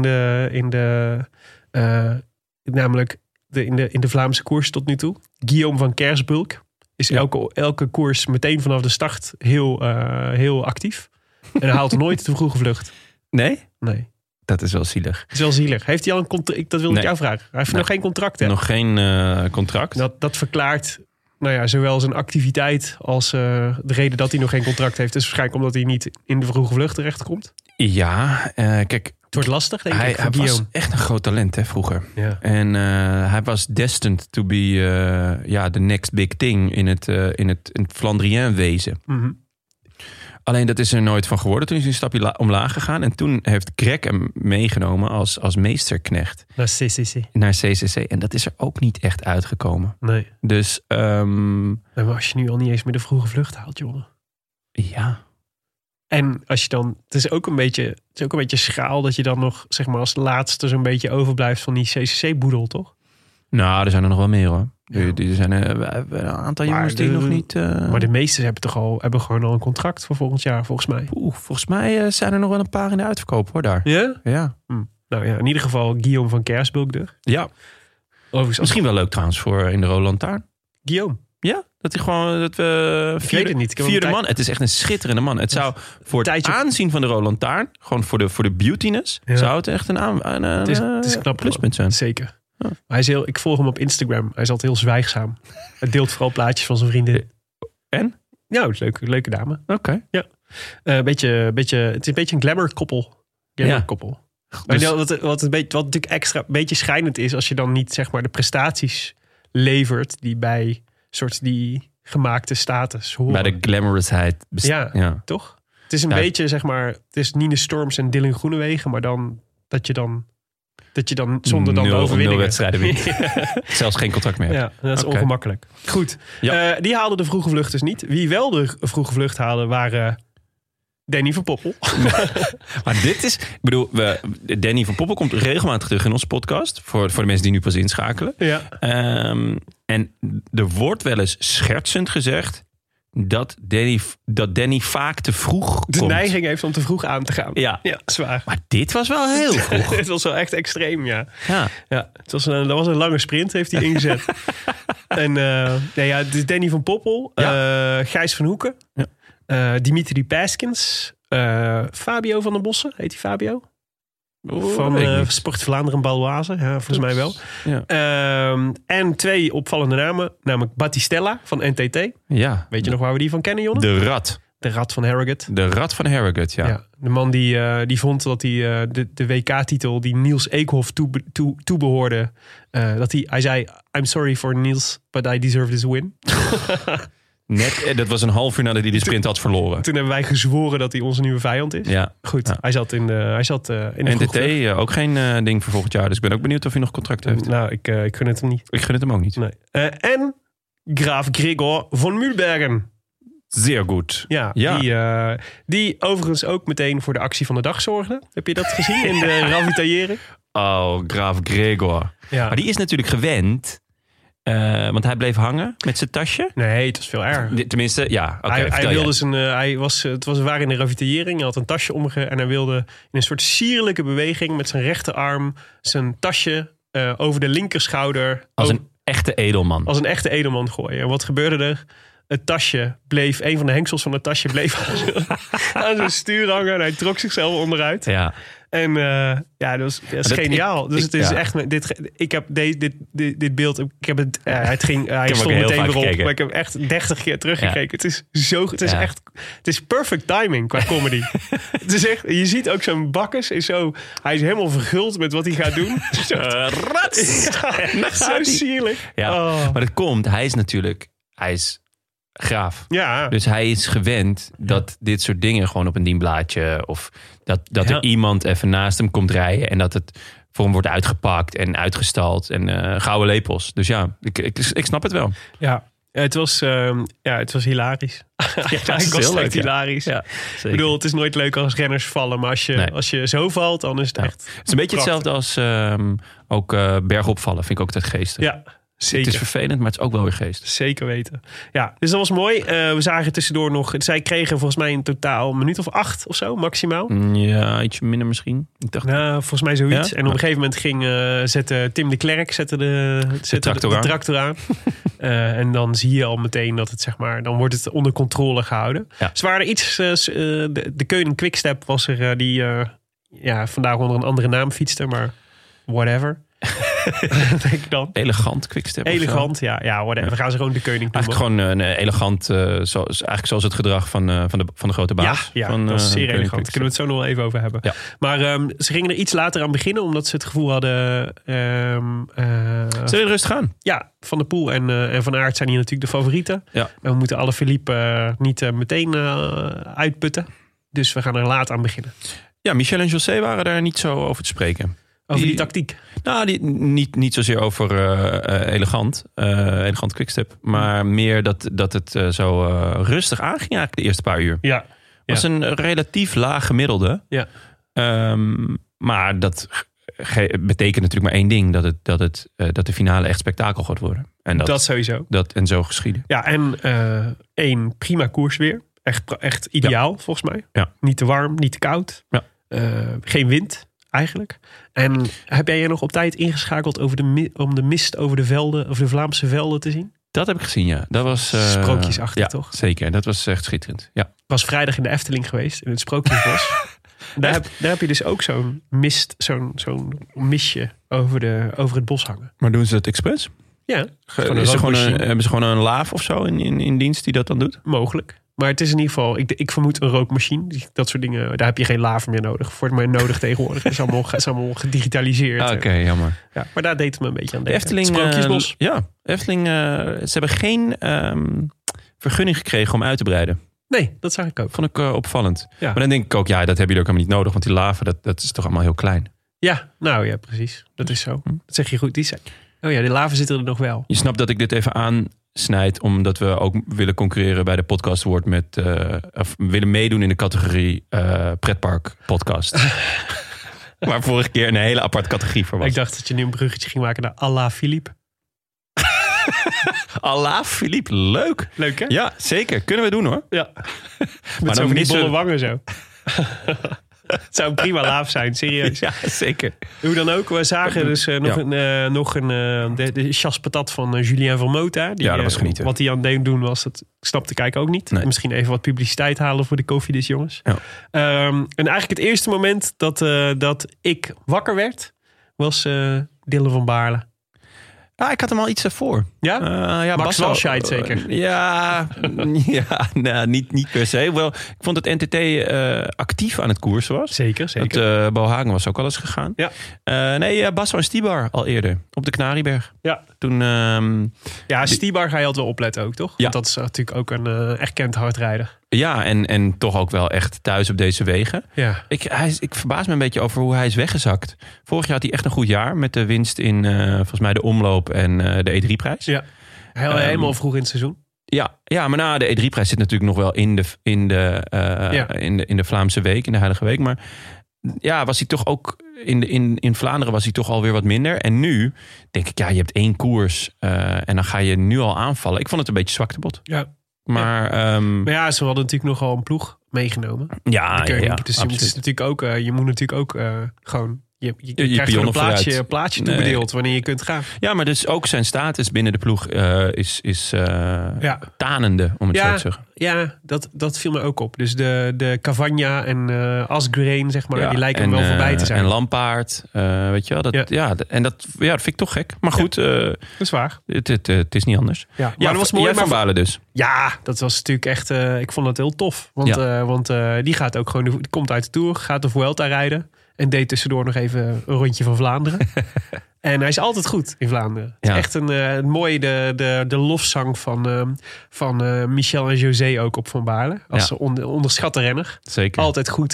de Vlaamse koers tot nu toe. Guillaume van Kersbulk is elke koers meteen vanaf de start heel actief. En hij haalt nooit de vroege vlucht. Nee? Nee. Dat is wel zielig. Het is wel zielig. Heeft hij al een contract? Dat wilde ik jou vragen. Hij heeft nog geen contract, hè? Nog geen contract. Dat verklaart... zowel zijn activiteit als de reden dat hij nog geen contract heeft... is waarschijnlijk omdat hij niet in de vroege vlucht terechtkomt. Ja, kijk... Het wordt lastig, denk ik, Hij was echt een groot talent, hè, vroeger. Ja. En hij was destined to be the next big thing in het Flandrien wezen. Mm-hmm. Alleen dat is er nooit van geworden. Toen is hij een stapje omlaag gegaan. En toen heeft Greg hem meegenomen als meesterknecht. Naar CCC. En dat is er ook niet echt uitgekomen. Nee. Dus... maar als je nu al niet eens meer de vroege vlucht haalt, jongen. Ja. En als je dan... Het is ook een beetje schaal dat je dan nog, zeg maar, als laatste zo'n beetje overblijft van die CCC-boedel, toch? Nou, er zijn er nog wel meer, hoor. Ja. Er zijn een aantal jongens die nog niet... Maar de meesten hebben gewoon al een contract voor volgend jaar, volgens mij. Volgens mij zijn er nog wel een paar in de uitverkoop, hoor, daar. Ja? Ja. Nou ja, in ieder geval Guillaume van Kersbulk er. Ja. Misschien wel leuk trouwens voor in de Rode Lantaarn. Guillaume? Ja, dat hij gewoon... Ik weet het niet. Vierde man. Het is echt een schitterende man. Het zou voor het aanzien van de Rode Lantaarn, gewoon voor de beautiness, zou het echt het is knap pluspunt zijn. Zeker. Ja. Hij is ik volg hem op Instagram. Hij is altijd heel zwijgzaam. Hij deelt vooral plaatjes van zijn vriendin. En? Ja, het is een leuke dame. Oké. Ja. Het is een beetje een glamour koppel. Dus... Wat natuurlijk extra een beetje schijnend is als je dan niet, zeg maar, de prestaties levert die bij soort die gemaakte status horen. Bij de glamorousheid. Ja, toch? Het is een beetje, zeg maar, het is Nine Storms en Dylan Groenewegen, maar dan dat je dan zonder dan de overwinningen. 0 wedstrijden wint. Zelfs geen contract meer. Ja, dat is ongemakkelijk. Goed, die haalden de vroege vlucht dus niet. Wie wel de vroege vlucht haalden waren Danny van Poppel. Maar dit is, ik bedoel, Danny van Poppel komt regelmatig terug in onze podcast. Voor de mensen die nu pas inschakelen. Ja. En er wordt wel eens schertsend gezegd dat Danny vaak te vroeg komt. De neiging heeft om te vroeg aan te gaan. Ja, zwaar. Maar dit was wel heel vroeg. Het was wel echt extreem, ja. Het was dat was een lange sprint, heeft hij ingezet. En het is Danny van Poppel, Gijs van Hoeken, Dimitri Paskins, Fabio van der Bossen, heet hij Fabio? Van Sport Vlaanderen Baloise, volgens mij wel. Ja. En 2 opvallende namen, namelijk Battistella van NTT. Ja. Weet je nog waar we die van kennen, Jonne? De Rat. De Rat van Harrogate. De Rat van Harrogate, ja. De man die vond dat hij de WK-titel die Niels Eekhoff toebehoorde, hij zei, I'm sorry for Niels, but I deserve this win. Dat was een half uur nadat hij de sprint had verloren. Toen hebben wij gezworen dat hij onze nieuwe vijand is. Ja. Goed, hij zat in de NTT, ook geen ding voor volgend jaar. Dus ik ben ook benieuwd of hij nog contract heeft. Nou, ik gun het hem niet. Ik gun het hem ook niet. Nee. En Graaf Gregor von Mühlbergen. Zeer goed. Ja. Die overigens ook meteen voor de actie van de dag zorgde. Heb je dat gezien in de ravitaillering? Oh, Graaf Gregor. Ja. Maar die is natuurlijk gewend. Want hij bleef hangen met zijn tasje. Nee, het was veel erger. Tenminste, ja. Okay, hij wilde waren in de ravitaillering. Hij had een tasje en hij wilde in een soort sierlijke beweging met zijn rechterarm zijn tasje over de linkerschouder. Als een echte edelman. Als een echte edelman gooien. En wat gebeurde er? Het tasje bleef, een van de hengsels van het tasje bleef aan zijn stuur hangen. En hij trok zichzelf onderuit. Ja. En dat is geniaal. Dus het is echt. Ik heb dit beeld. Ik heb het. Hij stond meteen erop. Maar ik heb echt 30 keer teruggekeken. Ja. Het is zo. Het is echt. Het is perfect timing qua comedy. Het is echt. Je ziet ook zo'n Bakkes is zo. Hij is helemaal verguld met wat hij gaat doen. Zo sierlijk. Ja. Oh. Maar dat komt. Hij is Graaf. Ja. Dus hij is gewend dat dit soort dingen gewoon op een dienblaadje of dat er iemand even naast hem komt rijden en dat het voor hem wordt uitgepakt en uitgestald en gouden lepels. Dus ja, ik snap het wel. Ja. Het was hilarisch. Het was echt hilarisch. Ja, ik bedoel, het is nooit leuk als renners vallen, maar als je zo valt, dan is het echt. Het is een beetje hetzelfde als ook bergop vallen. Vind ik ook altijd geestig. Ja. Zeker. Het is vervelend, maar het is ook wel weer geest. Zeker weten. Ja, dus dat was mooi. We zagen tussendoor nog. Zij kregen volgens mij in totaal een minuut of 8 of zo, maximaal. Ja, ietsje minder misschien. Ik dacht, volgens mij zoiets. Ja? En op een gegeven moment zette Tim de Klerk de tractor aan. En dan zie je al meteen dat het, zeg maar, dan wordt het onder controle gehouden. Ja. Ze waren iets. De Keunen Quickstep was er die vandaag onder een andere naam fietste, maar whatever. Denk ik dan. Elegant Quickstep. Elegant, ja, whatever. Ja. We gaan ze gewoon de koning noemen. Eigenlijk gewoon een elegant, zoals het gedrag van de grote baas. Ja, van, dat is zeer elegant. Daar kunnen we het zo nog wel even over hebben. Ja. Maar ze gingen er iets later aan beginnen, omdat ze het gevoel hadden. Ze willen rustig gaan. Ja, Van der Poel en Van Aert zijn hier natuurlijk de favorieten. Ja. En we moeten Alaphilippe niet meteen uitputten. Dus we gaan er laat aan beginnen. Ja, Michel en José waren daar niet zo over te spreken. Over die tactiek? Nou, niet zozeer over elegant Quickstep. Maar meer dat het zo rustig aanging eigenlijk de eerste paar uur. Ja. Was een relatief laag gemiddelde. Ja. Maar dat betekent natuurlijk maar één ding. Dat de finale echt spektakel gaat worden. En dat sowieso. En zo geschieden. Ja, en één prima koers weer. Echt ideaal volgens mij. Ja. Niet te warm, niet te koud. Ja. Geen wind. Eigenlijk. En heb jij je nog op tijd ingeschakeld om de mist over de velden, over de Vlaamse velden te zien? Dat heb ik gezien, ja. Dat was sprookjesachtig, toch? Zeker. Dat was echt schitterend. Ja. Ik was vrijdag in de Efteling geweest, in het Sprookjesbos. daar heb je dus ook zo'n mist, zo'n mistje over het bos hangen. Maar doen ze dat expres? Ja. Hebben ze gewoon een laaf of zo in dienst die dat dan doet? Mogelijk. Maar het is in ieder geval, ik vermoed een rookmachine. Dat soort dingen, daar heb je geen laver meer nodig. Voor het maar nodig tegenwoordig. Het is allemaal gedigitaliseerd. Oké, jammer. Ja, maar daar deed het me een beetje aan denken. Efteling, Sprookjesbos. Efteling, ze hebben geen vergunning gekregen om uit te breiden. Nee, dat zag ik ook. Vond ik opvallend. Ja. Maar dan denk ik ook, ja, dat hebben jullie ook helemaal niet nodig. Want die laven, dat is toch allemaal heel klein. Ja, nou ja, precies. Dat is zo. Dat zeg je goed. Oh ja, de laven zitten er nog wel. Je snapt dat ik dit even aansnijd, omdat we ook willen concurreren bij de Podcast Award met, of willen meedoen in de categorie pretpark podcast. Waar vorige keer een hele aparte categorie voor was. Ik dacht dat je nu een bruggetje ging maken naar Allah Philippe. Allah Philippe, leuk. Leuk hè? Ja, zeker. Kunnen we doen hoor. Ja. Maar Met dan zo'n niet bolle zo... wangen zo. Het zou een prima laaf zijn, serieus. Ja, zeker. Hoe dan ook, we zagen dus de chasse patat van Julien Vermota. Ja, dat was genieten. Wat hij aan het doen was, dat snapte kijken ook niet. Nee. Misschien even wat publiciteit halen voor de Cofidis jongens. Ja. En eigenlijk het eerste moment dat ik wakker werd, was Dylan van Baarle. Ah, ik had hem al iets ervoor. Ja? Ja, Max Walscheid zeker? Ja, nou, niet per se. Wel, ik vond dat NTT actief aan het koersen was. Zeker. Dat Bo Hagen was ook al eens gegaan. Ja. Basso en Stibar al eerder. Op de Knarieberg. Ja. Toen... Ja, Stibar ga je altijd wel opletten ook, toch? Ja. Want dat is natuurlijk ook een erkend hardrijder. Ja, en toch ook wel echt thuis op deze wegen. Ja. Ik verbaas me een beetje over hoe hij is weggezakt. Vorig jaar had hij echt een goed jaar. Met de winst in volgens mij de omloop en de E3-prijs. Ja. Helemaal vroeg in het seizoen. Ja, maar na de E3-prijs zit natuurlijk nog wel in de Vlaamse week, in de Heilige Week. Maar ja, was hij toch ook in Vlaanderen was hij toch alweer wat minder. En nu denk ik, ja, je hebt 1 koers en dan ga je nu al aanvallen. Ik vond het een beetje zwaktebod. Ja. Maar ja, ze hadden natuurlijk nogal een ploeg meegenomen. Ja, Dus je moet natuurlijk ook, gewoon... Je krijgt gewoon een plaatsje toebedeeld wanneer je kunt gaan. Ja, maar dus ook zijn status binnen de ploeg is tanende, om het zo te zeggen. Ja, dat viel me ook op. Dus de Cavagna en Asgreen, zeg maar, die lijken hem wel voorbij te zijn. En Lampaard, weet je wel. Dat vind ik toch gek. Maar goed, dat is waar. Het is niet anders. Ja, maar dat was mooi. Jij Van Baarle dus. Ja, dat was natuurlijk echt... ik vond dat heel tof. Want die gaat ook gewoon... Die komt uit de Tour, gaat de Vuelta rijden. En deed tussendoor nog even een rondje van Vlaanderen. En hij is altijd goed in Vlaanderen. Het is echt een mooie de lofzang van Michel en José ook op Van Baarle. Als onderschatte renner. Zeker. Altijd goed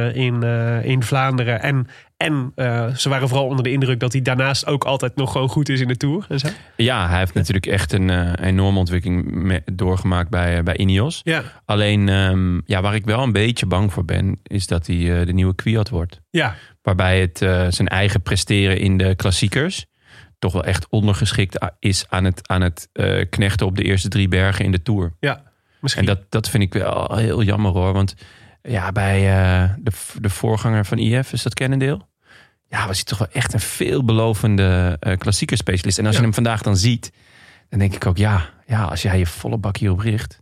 in Vlaanderen. En ze waren vooral onder de indruk dat hij daarnaast ook altijd nog gewoon goed is in de Tour. En zo. Ja, hij heeft natuurlijk echt een enorme ontwikkeling doorgemaakt bij Ineos. Ja. Alleen waar ik wel een beetje bang voor ben, is dat hij de nieuwe Kwiat wordt. Ja. Waarbij het zijn eigen presteren in de klassiekers toch wel echt ondergeschikt is aan het knechten op de eerste 3 bergen in de Tour. Ja, misschien. En dat vind ik wel heel jammer hoor. Want ja, bij de voorganger van IF, is dat Cannondale? Ja, was hij toch wel echt een veelbelovende klassiekerspecialist. En als je hem vandaag dan ziet, dan denk ik ook, als jij je volle bak hierop richt,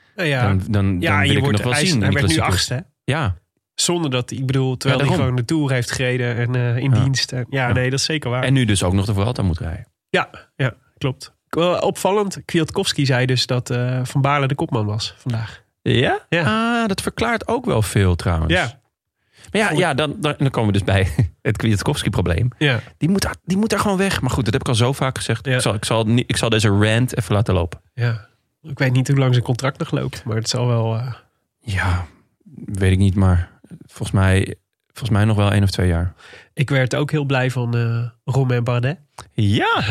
dan wil ik het nog wel zien. Hij werd nu 8e, hè? Ja. Zonder dat, terwijl hij gewoon de Tour heeft gereden en in dienst. Nee, dat is zeker waar. En nu dus ook nog de Vuelta moet rijden. Ja, klopt. Opvallend, Kwiatkowski zei dus dat Van Baarle de kopman was vandaag. Ja? Dat verklaart ook wel veel trouwens. Ja. Maar dan komen we dus bij het Kwiatkowski-probleem. Ja. Die moet daar gewoon weg. Maar goed, dat heb ik al zo vaak gezegd. Ja. Ik zal deze rant even laten lopen. Ja. Ik weet niet hoe lang zijn contract nog loopt, maar het zal wel... Ja, weet ik niet, maar volgens mij nog wel 1 of 2 jaar. Ik werd ook heel blij van Romain Bardet. Ja.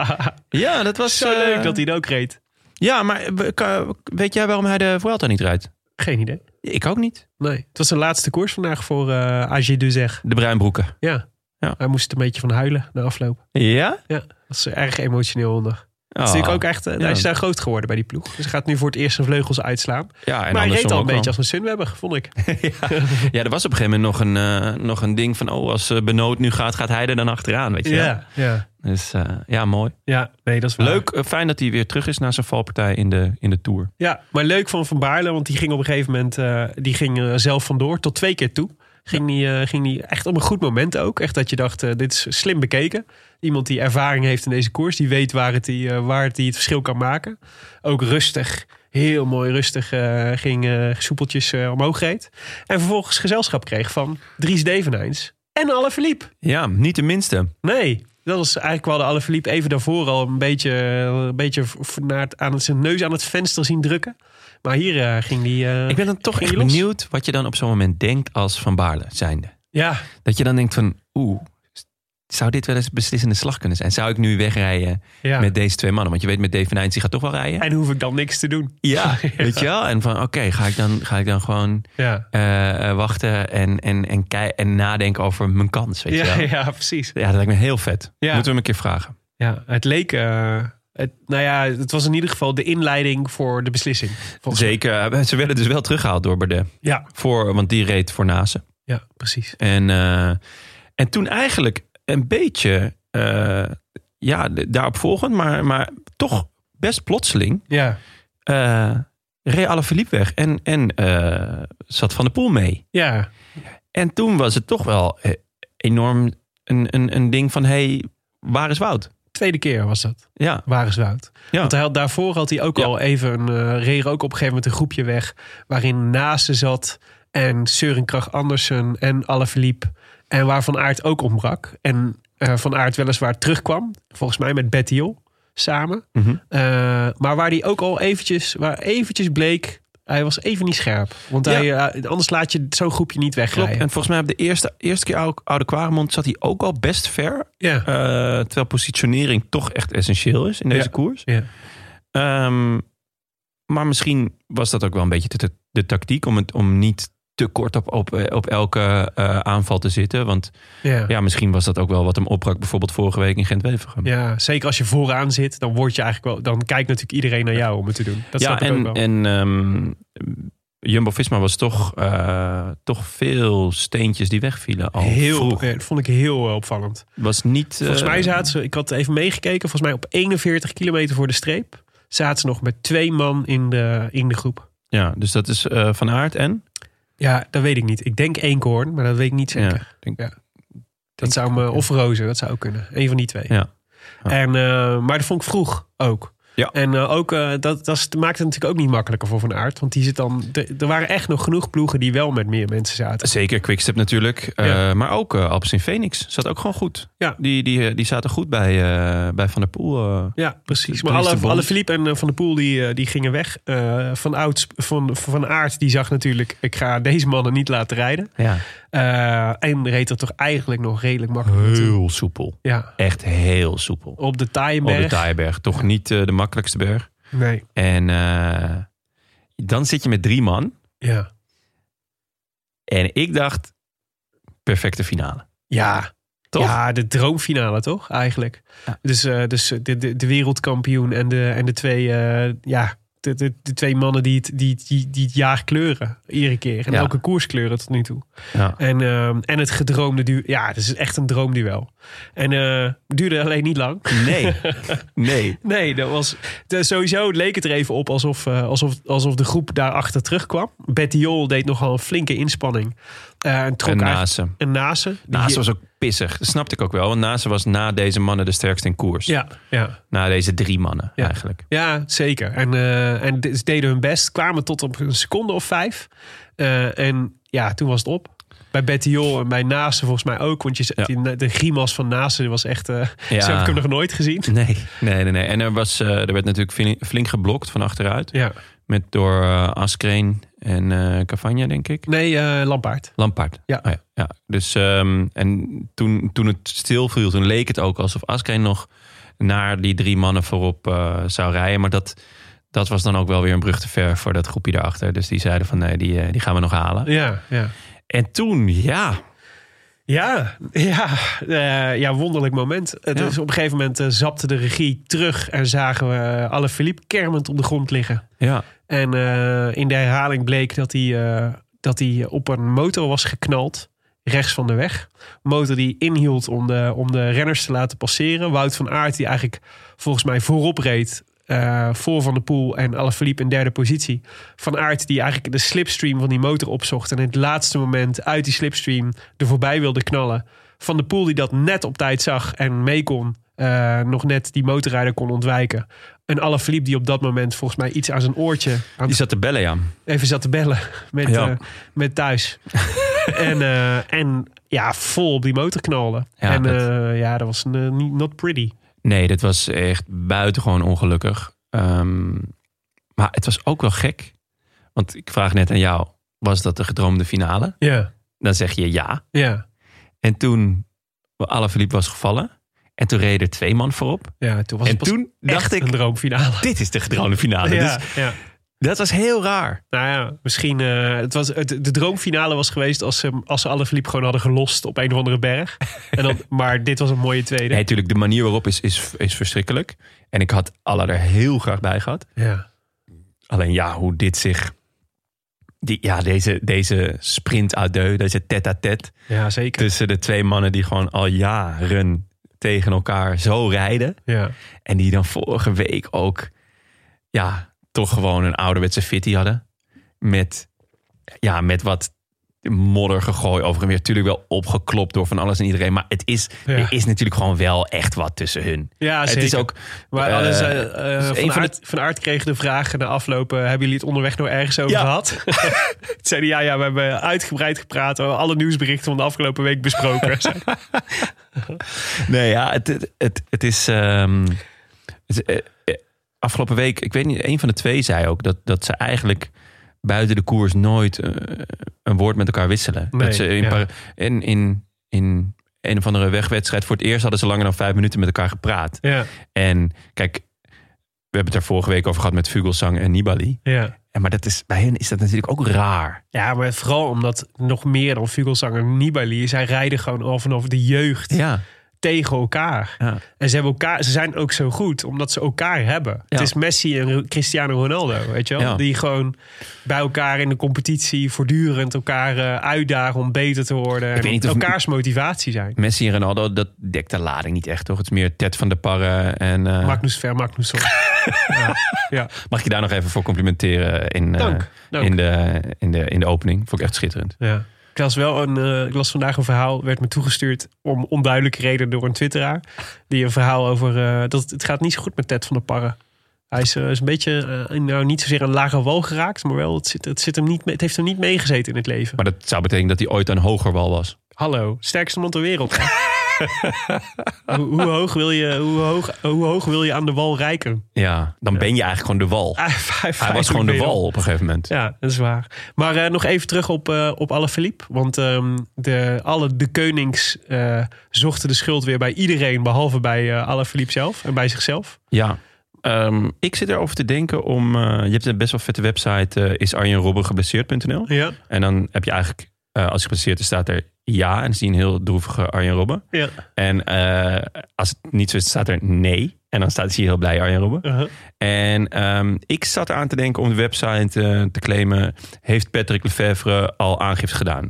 Ja, dat was... Zo leuk dat hij het ook reed. Ja, maar weet jij waarom hij de Vuelta niet rijdt? Geen idee. Ik ook niet. Nee, het was de laatste koers vandaag voor AG2R. De Bruinbroeken. Ja. Hij moest een beetje van huilen na afloop. Ja? Ja, dat was erg emotioneel onder. Dat is natuurlijk ook echt, hij is daar groot geworden bij die ploeg. Dus hij gaat nu voor het eerst zijn vleugels uitslaan. Ja, en maar hij reed al een beetje als een Sunwebber, vond ik. Ja, er was op een gegeven moment nog een ding van... als Benoot nu gaat hij er dan achteraan, weet je wel. Ja. Dus mooi. Ja, nee, dat is waar. Leuk, fijn dat hij weer terug is na zijn valpartij in de Tour. Ja, maar leuk van Baarle, want die ging op een gegeven moment... zelf vandoor, tot 2 keer toe. Ging die echt op een goed moment ook. Echt dat je dacht, dit is slim bekeken. Iemand die ervaring heeft in deze koers. Die weet waar het verschil kan maken. Ook rustig. heel mooi rustig soepeltjes omhoog reed. En vervolgens gezelschap kreeg van Dries Devenijns en Alaphilippe. Ja, niet de minste. Nee, dat was eigenlijk wel de Alaphilippe even daarvoor al een beetje aan zijn neus aan het venster zien drukken. Maar hier ging die... Ik ben dan toch echt benieuwd wat je dan op zo'n moment denkt als Van Baarle zijnde. Ja. Dat je dan denkt van, zou dit wel eens een beslissende slag kunnen zijn? Zou ik nu wegrijden met deze twee mannen? Want je weet, met Devenijns, die gaat toch wel rijden. En hoef ik dan niks te doen. Ja, weet je wel? En van, oké, ga ik dan gewoon wachten en nadenken over mijn kans, weet je wel? Ja, precies. Ja, dat lijkt me heel vet. Ja. Moeten we hem een keer vragen. Ja, het leek... het was in ieder geval de inleiding voor de beslissing. Zeker. Ze werden dus wel teruggehaald door Bardet. Ja. Want die reed voor Nase. Ja, precies. En toen eigenlijk een beetje daarop volgend, maar toch best plotseling reed Alaphilippe weg en zat Van der Poel mee. Ja. En toen was het toch wel enorm een ding van, waar is Wout? Tweede keer was dat. Ja. Waar is Wout? Ja. Want daarvoor had hij ook al even reed ook op een gegeven moment een groepje weg waarin Nase zat en Søren Kragh Andersen en Alaphilippe en waar Van Aert ook ontbrak. En Van Aert weliswaar terugkwam, volgens mij met Bettiol samen. Mm-hmm. Maar waar hij ook al eventjes bleek, hij was even niet scherp. Want anders laat je zo'n groepje niet wegrijden. Klopt. En volgens mij op de eerste keer Oude Quaremont zat hij ook al best ver. Ja. Terwijl positionering toch echt essentieel is in deze koers. Ja. Maar misschien was dat ook wel een beetje de tactiek om niet te kort op elke aanval te zitten. Want misschien was dat ook wel wat hem opbrak. Bijvoorbeeld vorige week in Gent-Wevelgem. Ja, zeker als je vooraan zit, dan word je eigenlijk wel. Dan kijkt natuurlijk iedereen naar jou om het te doen. Dat snap ik ook wel. En Jumbo-Visma was toch veel steentjes die wegvielen al vroeg. Dat vond ik heel opvallend. Was niet. Volgens mij zaten ze. Ik had even meegekeken. Volgens mij op 41 kilometer voor de streep zaten ze nog met 2 man in de groep. Ja, dus dat is Van Aert en. Ja, dat weet ik niet. Ik denk Eenkhoorn, maar dat weet ik niet zeker. Dat zou me of Rozen, dat zou ook kunnen. Eén van die 2. Ja. Maar dat vond ik vroeg ook. Ja. En dat maakt het natuurlijk ook niet makkelijker voor Van Aert. Want die zit dan. Er waren echt nog genoeg ploegen die wel met meer mensen zaten. Zeker, Quickstep natuurlijk. Maar ook Alpecin Phoenix zat ook gewoon goed. Ja. Die zaten goed bij Van der Poel. Ja, precies. Maar Alaphilippe en Van der Poel die gingen weg. Van Aert die zag natuurlijk, ik ga deze mannen niet laten rijden. Ja. En reed er toch eigenlijk nog redelijk makkelijk heel soepel. Ja. Echt heel soepel. Op de Taaienberg. Toch niet de makkelijkste berg. Nee. En dan zit je met 3 man. Ja. En ik dacht, perfecte finale. Ja. Toch? Ja, de droomfinale toch eigenlijk. Ja. Dus de wereldkampioen en de twee... De 2 mannen die het jaar kleuren. Iedere keer. En elke koers kleuren tot nu toe. Ja. En het gedroomde duel. Ja, het is echt een droomduel. En duurde alleen niet lang. Nee, dat was... Sowieso leek het er even op alsof de groep daarachter terugkwam. Bettiol deed nogal een flinke inspanning. En Nase. Nase was ook pissig. Dat snapte ik ook wel. Want Nase was na deze mannen de sterkste in koers. Ja. Na deze 3 mannen eigenlijk. Ja, zeker. En ze deden hun best. Kwamen tot op een seconde of 5. En toen was het op. Bij Bettiol en bij Nase volgens mij ook. Want de grimas van Nase was echt... Zo heb ik hem nog nooit gezien. Nee. En er werd natuurlijk flink geblokt van achteruit. Ja. Door Askreen en Cavagna, denk ik. Nee, Lampaard. Ja. Oh ja. Dus en toen het stilviel, toen leek het ook alsof Askreen nog naar die 3 mannen voorop zou rijden. Maar dat was dan ook wel weer een brug te ver voor dat groepje daarachter. Dus die zeiden van nee, die gaan we nog halen. Ja. En toen, wonderlijk moment. Dus op een gegeven moment zapte de regie terug en zagen we Alaphilippe kermend op de grond liggen. Ja. En in de herhaling bleek dat hij op een motor was geknald, rechts van de weg. Een motor die inhield om de renners te laten passeren. Wout van Aert, die eigenlijk volgens mij voorop reed, voor Van der Poel en Alaphilippe in 3e positie. Van Aert die eigenlijk de slipstream van die motor opzocht en in het laatste moment uit die slipstream er voorbij wilde knallen. Van der Poel die dat net op tijd zag en mee kon. nog net die motorrijder kon ontwijken. En Alaphilippe die op dat moment volgens mij iets aan zijn oortje... Die zat te bellen, ja. Even zat te bellen met thuis. en vol op die motor knalde. Ja, dat was not pretty. Nee, dat was echt buitengewoon ongelukkig. Maar het was ook wel gek. Want ik vraag net aan jou, was dat de gedroomde finale? Ja. Dan zeg je ja. Ja. En toen Alaphilippe was gevallen... En toen reden er 2 man voorop. Ja, toen was toen dacht ik, een droomfinale. Dit is de gedroomde finale. Ja, dus ja. Dat was heel raar. Nou ja, misschien... de droomfinale was geweest als ze Alaphilippe gewoon hadden gelost op een of andere berg. Maar dit was een mooie tweede. Nee, natuurlijk, de manier waarop is verschrikkelijk. En ik had Alla er heel graag bij gehad. Ja. Alleen hoe dit zich... Deze sprint à deux, deze tête-à-tête. Ja, zeker. Tussen de 2 mannen die gewoon al jaren tegen elkaar zo rijden. Ja. En die dan vorige week ook toch gewoon een ouderwetse fitty hadden. Met wat modder gegooid over en weer. Natuurlijk wel opgeklopt door van alles en iedereen. Maar er is natuurlijk gewoon wel echt wat tussen hun. Ja, zeker. Het is ook... Maar Van Aert kreeg de vraag na afloop... hebben jullie het onderweg nog ergens over gehad? Toen zei hij, we hebben uitgebreid gepraat... over alle nieuwsberichten van de afgelopen week besproken. Nee, het is... afgelopen week, ik weet niet, een van de 2 zei ook... dat ze eigenlijk buiten de koers nooit een woord met elkaar wisselen. Nee, dat ze in een of andere wegwedstrijd... voor het eerst hadden ze langer dan 5 minuten met elkaar gepraat. Ja. En kijk, we hebben het daar vorige week over gehad... met Vogelsang en Nibali. Ja. Maar bij hen is dat natuurlijk ook raar. Ja, maar vooral omdat nog meer dan Vogelsang en Nibali... zij rijden gewoon al vanaf de jeugd... Ja. tegen elkaar. Ja. En ze zijn ook zo goed, omdat ze elkaar hebben. Ja. Het is Messi en Cristiano Ronaldo, weet je wel? Ja. Die gewoon bij elkaar in de competitie voortdurend elkaar uitdagen om beter te worden. En elkaars motivatie zijn. Messi en Ronaldo, dat dekt de lading niet echt, toch? Het is meer Ted van der Parre en... Magnusson. Ja. Mag ik je daar nog even voor complimenteren Dank. In de opening? Vond ik echt schitterend. Ja. Ik las vandaag een verhaal, werd me toegestuurd om onduidelijke reden door een twitteraar. Die een verhaal over, dat het gaat niet zo goed met Ted van der Parre. Hij is een beetje, niet zozeer een lage wal geraakt, maar wel, het heeft hem niet meegezeten in het leven. Maar dat zou betekenen dat hij ooit een hoger wal was. Hallo, sterkste man ter wereld. Hoe hoog wil je aan de wal reiken? Ja, dan ben je eigenlijk gewoon de wal. Hij was gewoon de wal op een gegeven moment. Ja, dat is waar. Maar nog even terug op Alaphilippe. Want de konings zochten de schuld weer bij iedereen... behalve bij Alaphilippe zelf en bij zichzelf. Ja, ik zit erover te denken om... je hebt een best wel vette website, isarjenrobbengeblesseerd.nl. Ja. En dan heb je eigenlijk, als je geblesseerd is, staat er... ja, en dan zie je een heel droevige Arjen Robben. Ja. En als het niet zo is, staat er nee. En dan zie je heel blij Arjen Robben. Uh-huh. En ik zat aan te denken om de website te claimen... heeft Patrick Lefevre al aangifte gedaan?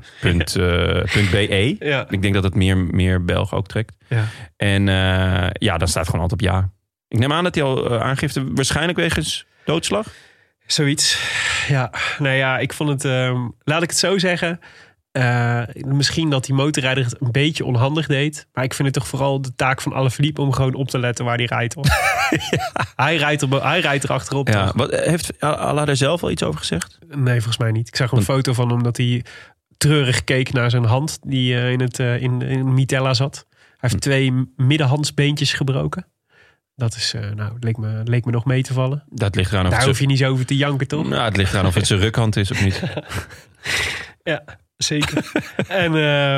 .be. Ja. Ik denk dat het meer Belgen ook trekt. Ja. En dan staat gewoon altijd op ja. Ik neem aan dat hij al aangifte... waarschijnlijk wegens doodslag? Zoiets. Ja, nou ja, ik vond het... laat ik het zo zeggen... misschien dat die motorrijder het een beetje onhandig deed. Maar ik vind het toch vooral de taak van Alaphilippe... om gewoon op te letten waar hij rijdt. Ja. Hij rijdt er achterop. Ja. Heeft Alla er zelf al iets over gezegd? Nee, volgens mij niet. Ik zag een foto van hem dat hij treurig keek naar zijn hand... die in Mitella zat. Hij heeft 2 middenhandsbeentjes gebroken. Dat is, leek me nog mee te vallen. Dat ligt eraan of daar hoef je niet zo over te janken, toch? Nou, het ligt eraan of het zijn rukhand is of niet. Ja, zeker. En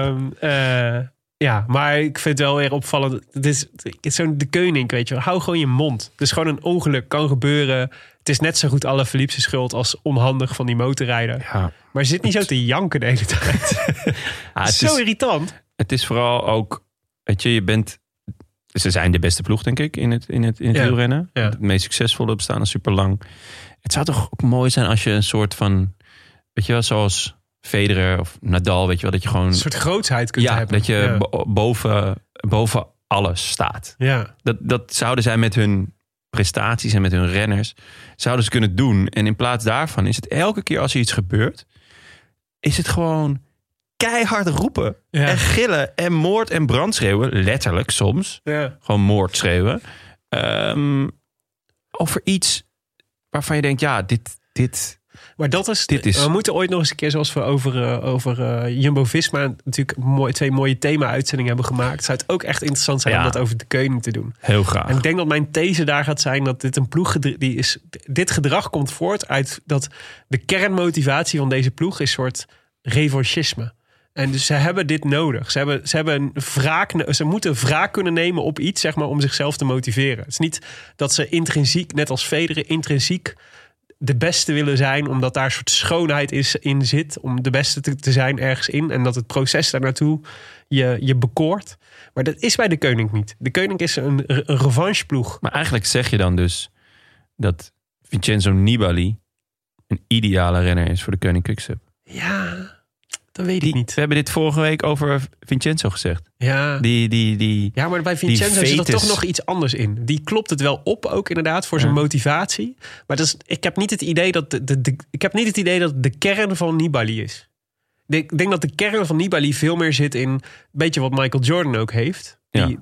maar ik vind het wel weer opvallend. Het is zo'n de koning, weet je wel. Hou gewoon je mond. Het is gewoon een ongeluk, kan gebeuren. Het is net zo goed Alaphilippe's schuld als onhandig van die motorrijder. Ja. Maar zit niet zo te janken de hele tijd. Ja, het is zo irritant. Het is vooral ook, weet je, ze zijn de beste ploeg, denk ik, in het wielrennen. Ja. Het meest succesvolle, bestaan al super lang. Het zou toch ook mooi zijn als je een soort van, weet je wel, zoals Federer of Nadal, weet je wel, dat je gewoon een soort grootsheid kunt hebben. Dat je boven alles staat. Ja. Dat zouden zij met hun prestaties en met hun renners zouden ze kunnen doen. En in plaats daarvan is het elke keer als er iets gebeurt, is het gewoon keihard roepen en gillen en moord en brand schreeuwen. Letterlijk soms. Ja. Gewoon moord schreeuwen. Over iets waarvan je denkt, ja, dit maar dat is, we moeten ooit nog eens een keer, zoals we over Jumbo-Visma natuurlijk twee mooie thema-uitzendingen hebben gemaakt. Zou het ook echt interessant zijn om dat over de Koning te doen. Heel graag. En ik denk dat mijn these daar gaat zijn dat dit een ploeg dit gedrag komt voort uit dat de kernmotivatie van deze ploeg is een soort revanchisme. En dus ze hebben dit nodig. Ze moeten wraak kunnen nemen op iets, zeg maar, om zichzelf te motiveren. Het is niet dat ze intrinsiek, net als Federer, intrinsiek de beste willen zijn, omdat daar een soort schoonheid in zit, om de beste te zijn ergens in. En dat het proces daar naartoe je bekoort. Maar dat is bij de Koning niet. De Koning is een revancheploeg. Maar eigenlijk zeg je dan dus dat Vincenzo Nibali een ideale renner is voor de Koning Quickstep. Ja, dat weet ik niet. We hebben dit vorige week over Vincenzo gezegd. Ja, ja, maar bij Vincenzo zit er toch nog iets anders in. Die klopt het wel op ook inderdaad voor zijn motivatie. Maar ik heb niet het idee dat de kern van Nibali is. Ik denk dat de kern van Nibali veel meer zit in een beetje wat Michael Jordan ook heeft.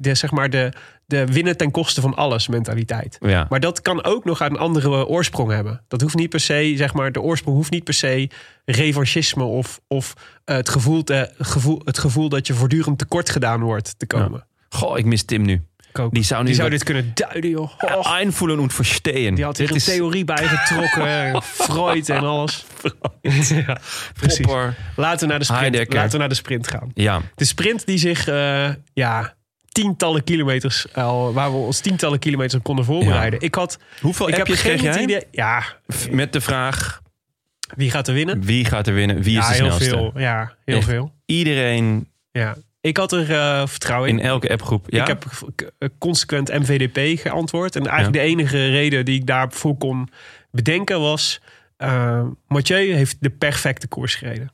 De winnen ten koste van alles mentaliteit. Ja. Maar dat kan ook nog een andere oorsprong hebben. Dat hoeft niet per se, zeg maar, de oorsprong hoeft niet per se revanchisme of het gevoel dat je voortdurend tekort gedaan wordt te komen. Ja. Goh, ik mis Tim nu. Die zou dit kunnen duiden, joh. Einvoelen en verstehen. Die had hier een theorie bij getrokken. Freud en alles. Ja, precies. Popper, laten we naar de sprint gaan. Ja. De sprint die zich tientallen kilometers, waar we ons tientallen kilometers op konden voorbereiden. Ja. Hoeveel appjes kreeg jij? Idee. Ja. Met de vraag: wie gaat er winnen? Wie is de snelste? Heel veel. Iedereen. Ja. Ik had er vertrouwen in. In elke appgroep. Ja? Ik heb consequent MVDP geantwoord. En eigenlijk de enige reden die ik daarvoor kon bedenken was, Mathieu heeft de perfecte koers gereden.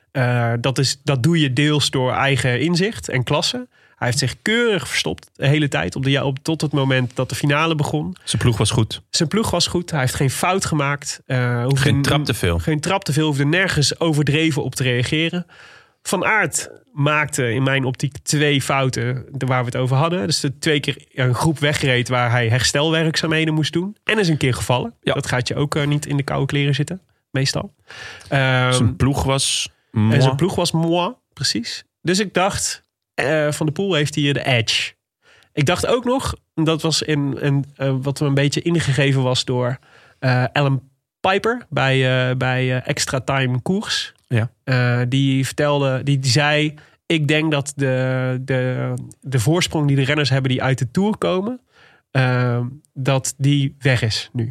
Dat doe je deels door eigen inzicht en klasse. Hij heeft zich keurig verstopt de hele tijd tot het moment dat de finale begon. Zijn ploeg was goed. Hij heeft geen fout gemaakt. Geen trap te veel. Geen trap te veel. Hoefde nergens overdreven op te reageren. Van Aert maakte in mijn optiek 2 fouten waar we het over hadden. Dus 2 keer een groep wegreed waar hij herstelwerkzaamheden moest doen. En is een keer gevallen. Ja. Dat gaat je ook niet in de koude kleren zitten, meestal. Zijn ploeg was moi. En zijn ploeg was moi, precies. Dus ik dacht, Van der Poel heeft hier de edge. Ik dacht ook nog, dat was wat me een beetje ingegeven was door Alan Piper bij Extra Time Koers. Ja. Die zei, ik denk dat de voorsprong die de renners hebben die uit de Tour komen, dat die weg is nu.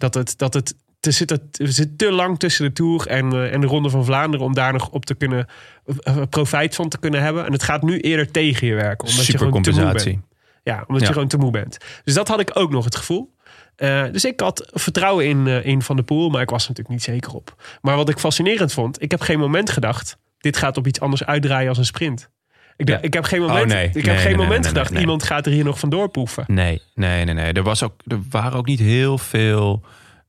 Er zit te lang tussen de Tour en de Ronde van Vlaanderen om daar nog op te kunnen profijt van te kunnen hebben. En het gaat nu eerder tegen je werken. Omdat je gewoon te moe bent. Ja, omdat je gewoon te moe bent. Dus dat had ik ook nog het gevoel. Dus ik had vertrouwen in Van der Poel, maar ik was er natuurlijk niet zeker op. Maar wat ik fascinerend vond, ik heb geen moment gedacht, dit gaat op iets anders uitdraaien als een sprint. Ik heb geen moment gedacht, iemand gaat er hier nog vandoor poeven. Nee. Er waren ook niet heel veel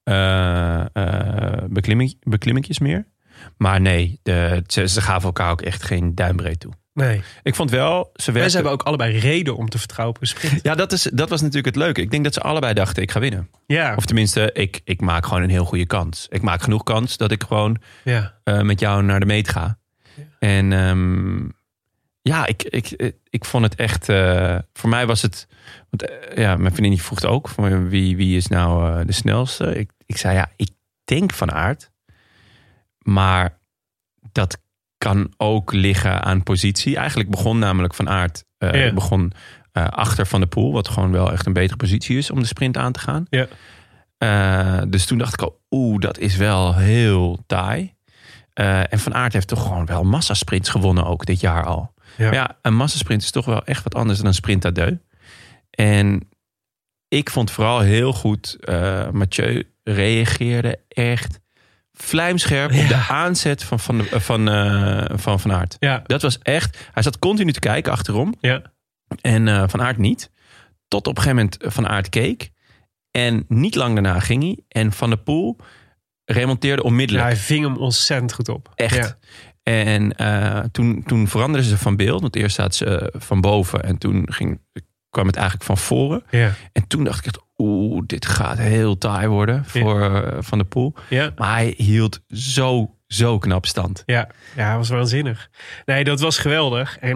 beklimmingjes meer. Maar nee, ze gaven elkaar ook echt geen duimbreed toe. Nee. Ik vond wel, ze hebben ook allebei reden om te vertrouwen op een sprint. Ja, dat was natuurlijk het leuke. Ik denk dat ze allebei dachten, ik ga winnen. Ja. Of tenminste, ik maak gewoon een heel goede kans. Ik maak genoeg kans dat ik gewoon met jou naar de meet ga. Ja. En ik vond het echt, voor mij was het, mijn vriendin vroeg het ook, van wie is nou de snelste? Ik zei, ik denk Van Aert. Maar dat kan ook liggen aan positie. Eigenlijk begon namelijk Van Aert achter Van der Poel, wat gewoon wel echt een betere positie is om de sprint aan te gaan. Ja. Dus toen dacht ik al, dat is wel heel taai. En Van Aert heeft toch gewoon wel massasprints gewonnen ook dit jaar al. Ja. Maar ja, een massasprint is toch wel echt wat anders dan een sprint à deux. En ik vond vooral heel goed, Mathieu reageerde echt vlijmscherp op de aanzet van Aert. Ja. Dat was echt, hij zat continu te kijken achterom. Ja. En Van Aert niet. Tot op een gegeven moment Van Aert keek. En niet lang daarna ging hij. En Van der Poel remonteerde onmiddellijk. Ja, hij ving hem ontzettend goed op. Echt. En toen veranderden ze van beeld. Want eerst zaten ze van boven en toen kwam het eigenlijk van voren. Ja. En toen dacht ik echt, dit gaat heel taai worden voor Van der Poel. Ja. Maar hij hield zo knap stand. Ja, hij was waanzinnig. Nee, dat was geweldig. En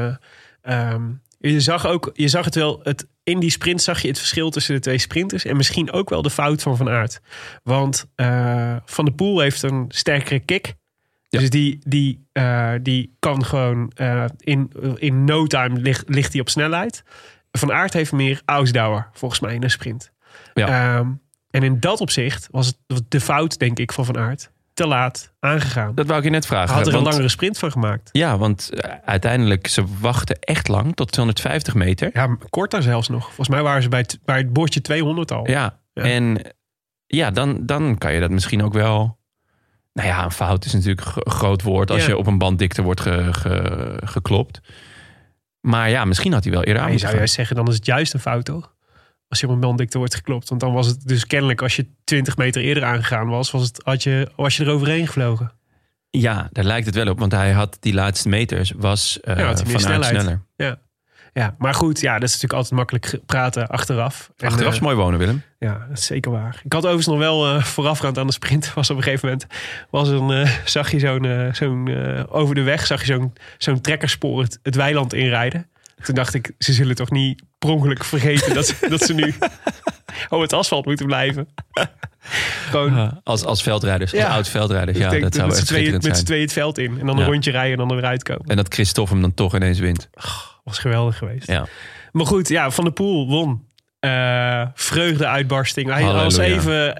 je zag het wel, in die sprint zag je het verschil tussen de twee sprinters. En misschien ook wel de fout van Van Aert. Want Van der Poel heeft een sterkere kick. Ja. Dus die kan gewoon in no time ligt hij op snelheid. Van Aert heeft meer Ausdauer, volgens mij, in een sprint. Ja. En in dat opzicht was het de fout, denk ik, van Aert te laat aangegaan. Dat wou ik je net vragen. Hij had er een langere sprint van gemaakt. Ja, want uiteindelijk, ze wachten echt lang, tot 250 meter. Ja, korter zelfs nog. Volgens mij waren ze bij het bordje 200 al. Ja. En dan kan je dat misschien ook wel... Nou ja, een fout is natuurlijk een groot woord als je op een banddikte wordt geklopt. Maar ja, misschien had hij wel eerder aan. Je zou juist zeggen, dan is het juist een fout, toch? Als je op een banddikte wordt geklopt. Want dan was het dus kennelijk, als je 20 meter eerder aangegaan was je er overheen gevlogen. Ja, daar lijkt het wel op. Want hij had die laatste meters, was sneller. Ja, maar goed, dat is natuurlijk altijd makkelijk praten achteraf. Achteraf is mooi wonen, Willem. Ja, dat is zeker waar. Ik had overigens nog wel voorafgaand aan de sprint. Was op een gegeven moment zag je over de weg zag je zo'n trekkerspoor het weiland inrijden. Toen dacht ik, ze zullen toch niet per ongeluk vergeten dat ze nu op het asfalt moeten blijven. Gewoon als veldrijders, als oud-veldrijders. Ja, dat zou echt schitterend zijn. Met z'n tweeën het veld in en dan een rondje rijden en dan er weer uitkomen. En dat Christophe hem dan toch ineens wint. Was geweldig geweest. Ja. Maar goed, Van der Poel won. Vreugde-uitbarsting. Hij was even...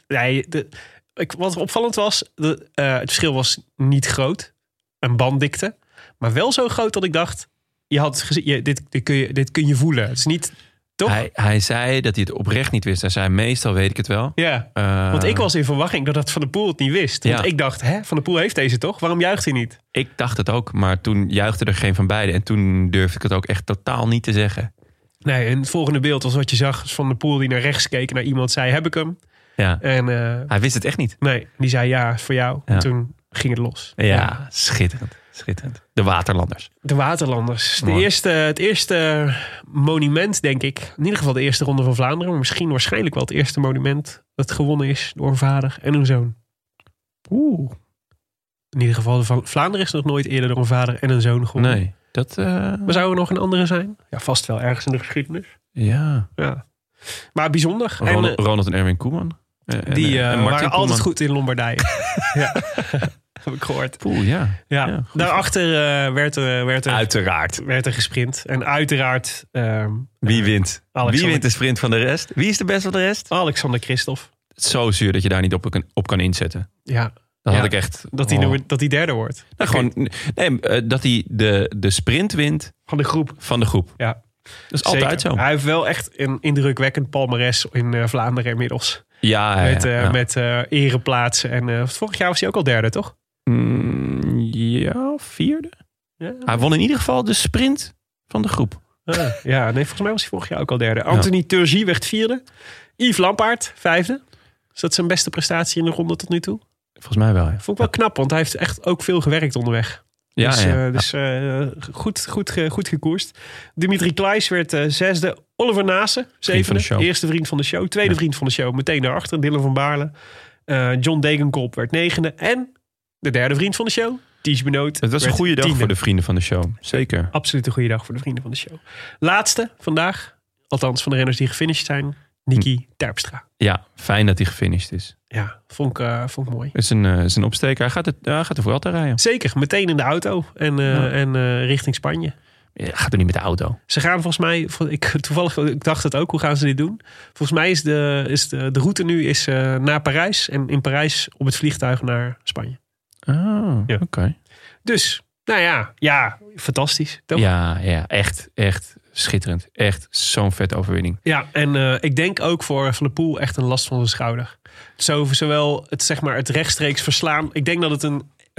wat opvallend was, het verschil was niet groot. Een banddikte. Maar wel zo groot dat ik dacht... Je had gezien, dit kun je voelen. Het is niet... Toch? Hij zei dat hij het oprecht niet wist. Hij zei, meestal weet ik het wel. Ja, want ik was in verwachting dat Van der Poel het niet wist. Want ik dacht, Van der Poel heeft deze toch? Waarom juicht hij niet? Ik dacht het ook, maar toen juichte er geen van beiden. En toen durfde ik het ook echt totaal niet te zeggen. Nee, en het volgende beeld was wat je zag. Van der Poel die naar rechts keek en naar iemand zei, heb ik hem? Ja, en, hij wist het echt niet. Nee, die zei ja, voor jou. Ja. En toen ging het los. Ja, schitterend. Schitterend. De Waterlanders. De Waterlanders. Het eerste monument, denk ik. In ieder geval de eerste Ronde van Vlaanderen. Maar misschien waarschijnlijk wel het eerste monument dat gewonnen is door een vader en een zoon. In ieder geval de van Vlaanderen is nog nooit eerder door een vader en een zoon gewonnen. Nee. Maar zou er nog een andere zijn? Ja, vast wel ergens in de geschiedenis. Ja. Maar bijzonder. Ronald en Erwin Koeman. Die waren altijd goed in Lombardije. Ja. Heb ik gehoord. Ja. Daarachter werd er gesprint. En uiteraard... Wie wint? Wie wint de sprint van de rest? Wie is de beste van de rest? Alexander Christophe. Het is zo zuur dat je daar niet op kan inzetten. Ja. Dat had ik echt... Dat hij derde wordt. Dat hij de sprint wint... Van de groep. Ja. Dat is altijd zo. Hij heeft wel echt een indrukwekkend palmares in Vlaanderen inmiddels. Ja. Met ereplaatsen. En vorig jaar was hij ook al derde, toch? Vierde. Ja. Hij won in ieder geval de sprint van de groep. Volgens mij was hij vorig jaar ook al derde. Anthony Turgis werd vierde. Yves Lampaert, vijfde. Is dat zijn beste prestatie in de ronde tot nu toe? Volgens mij wel, ja. Vond ik wel knap, want hij heeft echt ook veel gewerkt onderweg. Dus goed gekoerst. Dimitri Klaes werd zesde. Oliver Nase, zevende. Eerste vriend van de show. Tweede vriend van de show. Meteen daarachter. Dylan van Baarle. John Degenkolb werd negende. En de derde vriend van de show. Ties Benoot. Het was een goede dag voor de vrienden van de show. Zeker. Absoluut een goede dag voor de vrienden van de show. Laatste vandaag. Althans van de renners die gefinished zijn. Niki Terpstra. Ja, fijn dat hij gefinished is. Ja, vond ik mooi. Het is een opsteker. Hij gaat er vooral te rijden. Zeker, meteen in de auto en richting Spanje. Ja, gaat er niet met de auto. Ze gaan volgens mij, ik dacht het ook, hoe gaan ze dit doen? Volgens mij is de route nu naar Parijs en in Parijs op het vliegtuig naar Spanje. Oké. Dus, fantastisch. Toch? Ja, echt schitterend. Echt zo'n vet overwinning. Ja, en ik denk ook voor Van der Poel echt een last van zijn schouder. Zowel het rechtstreeks verslaan. Ik denk dat het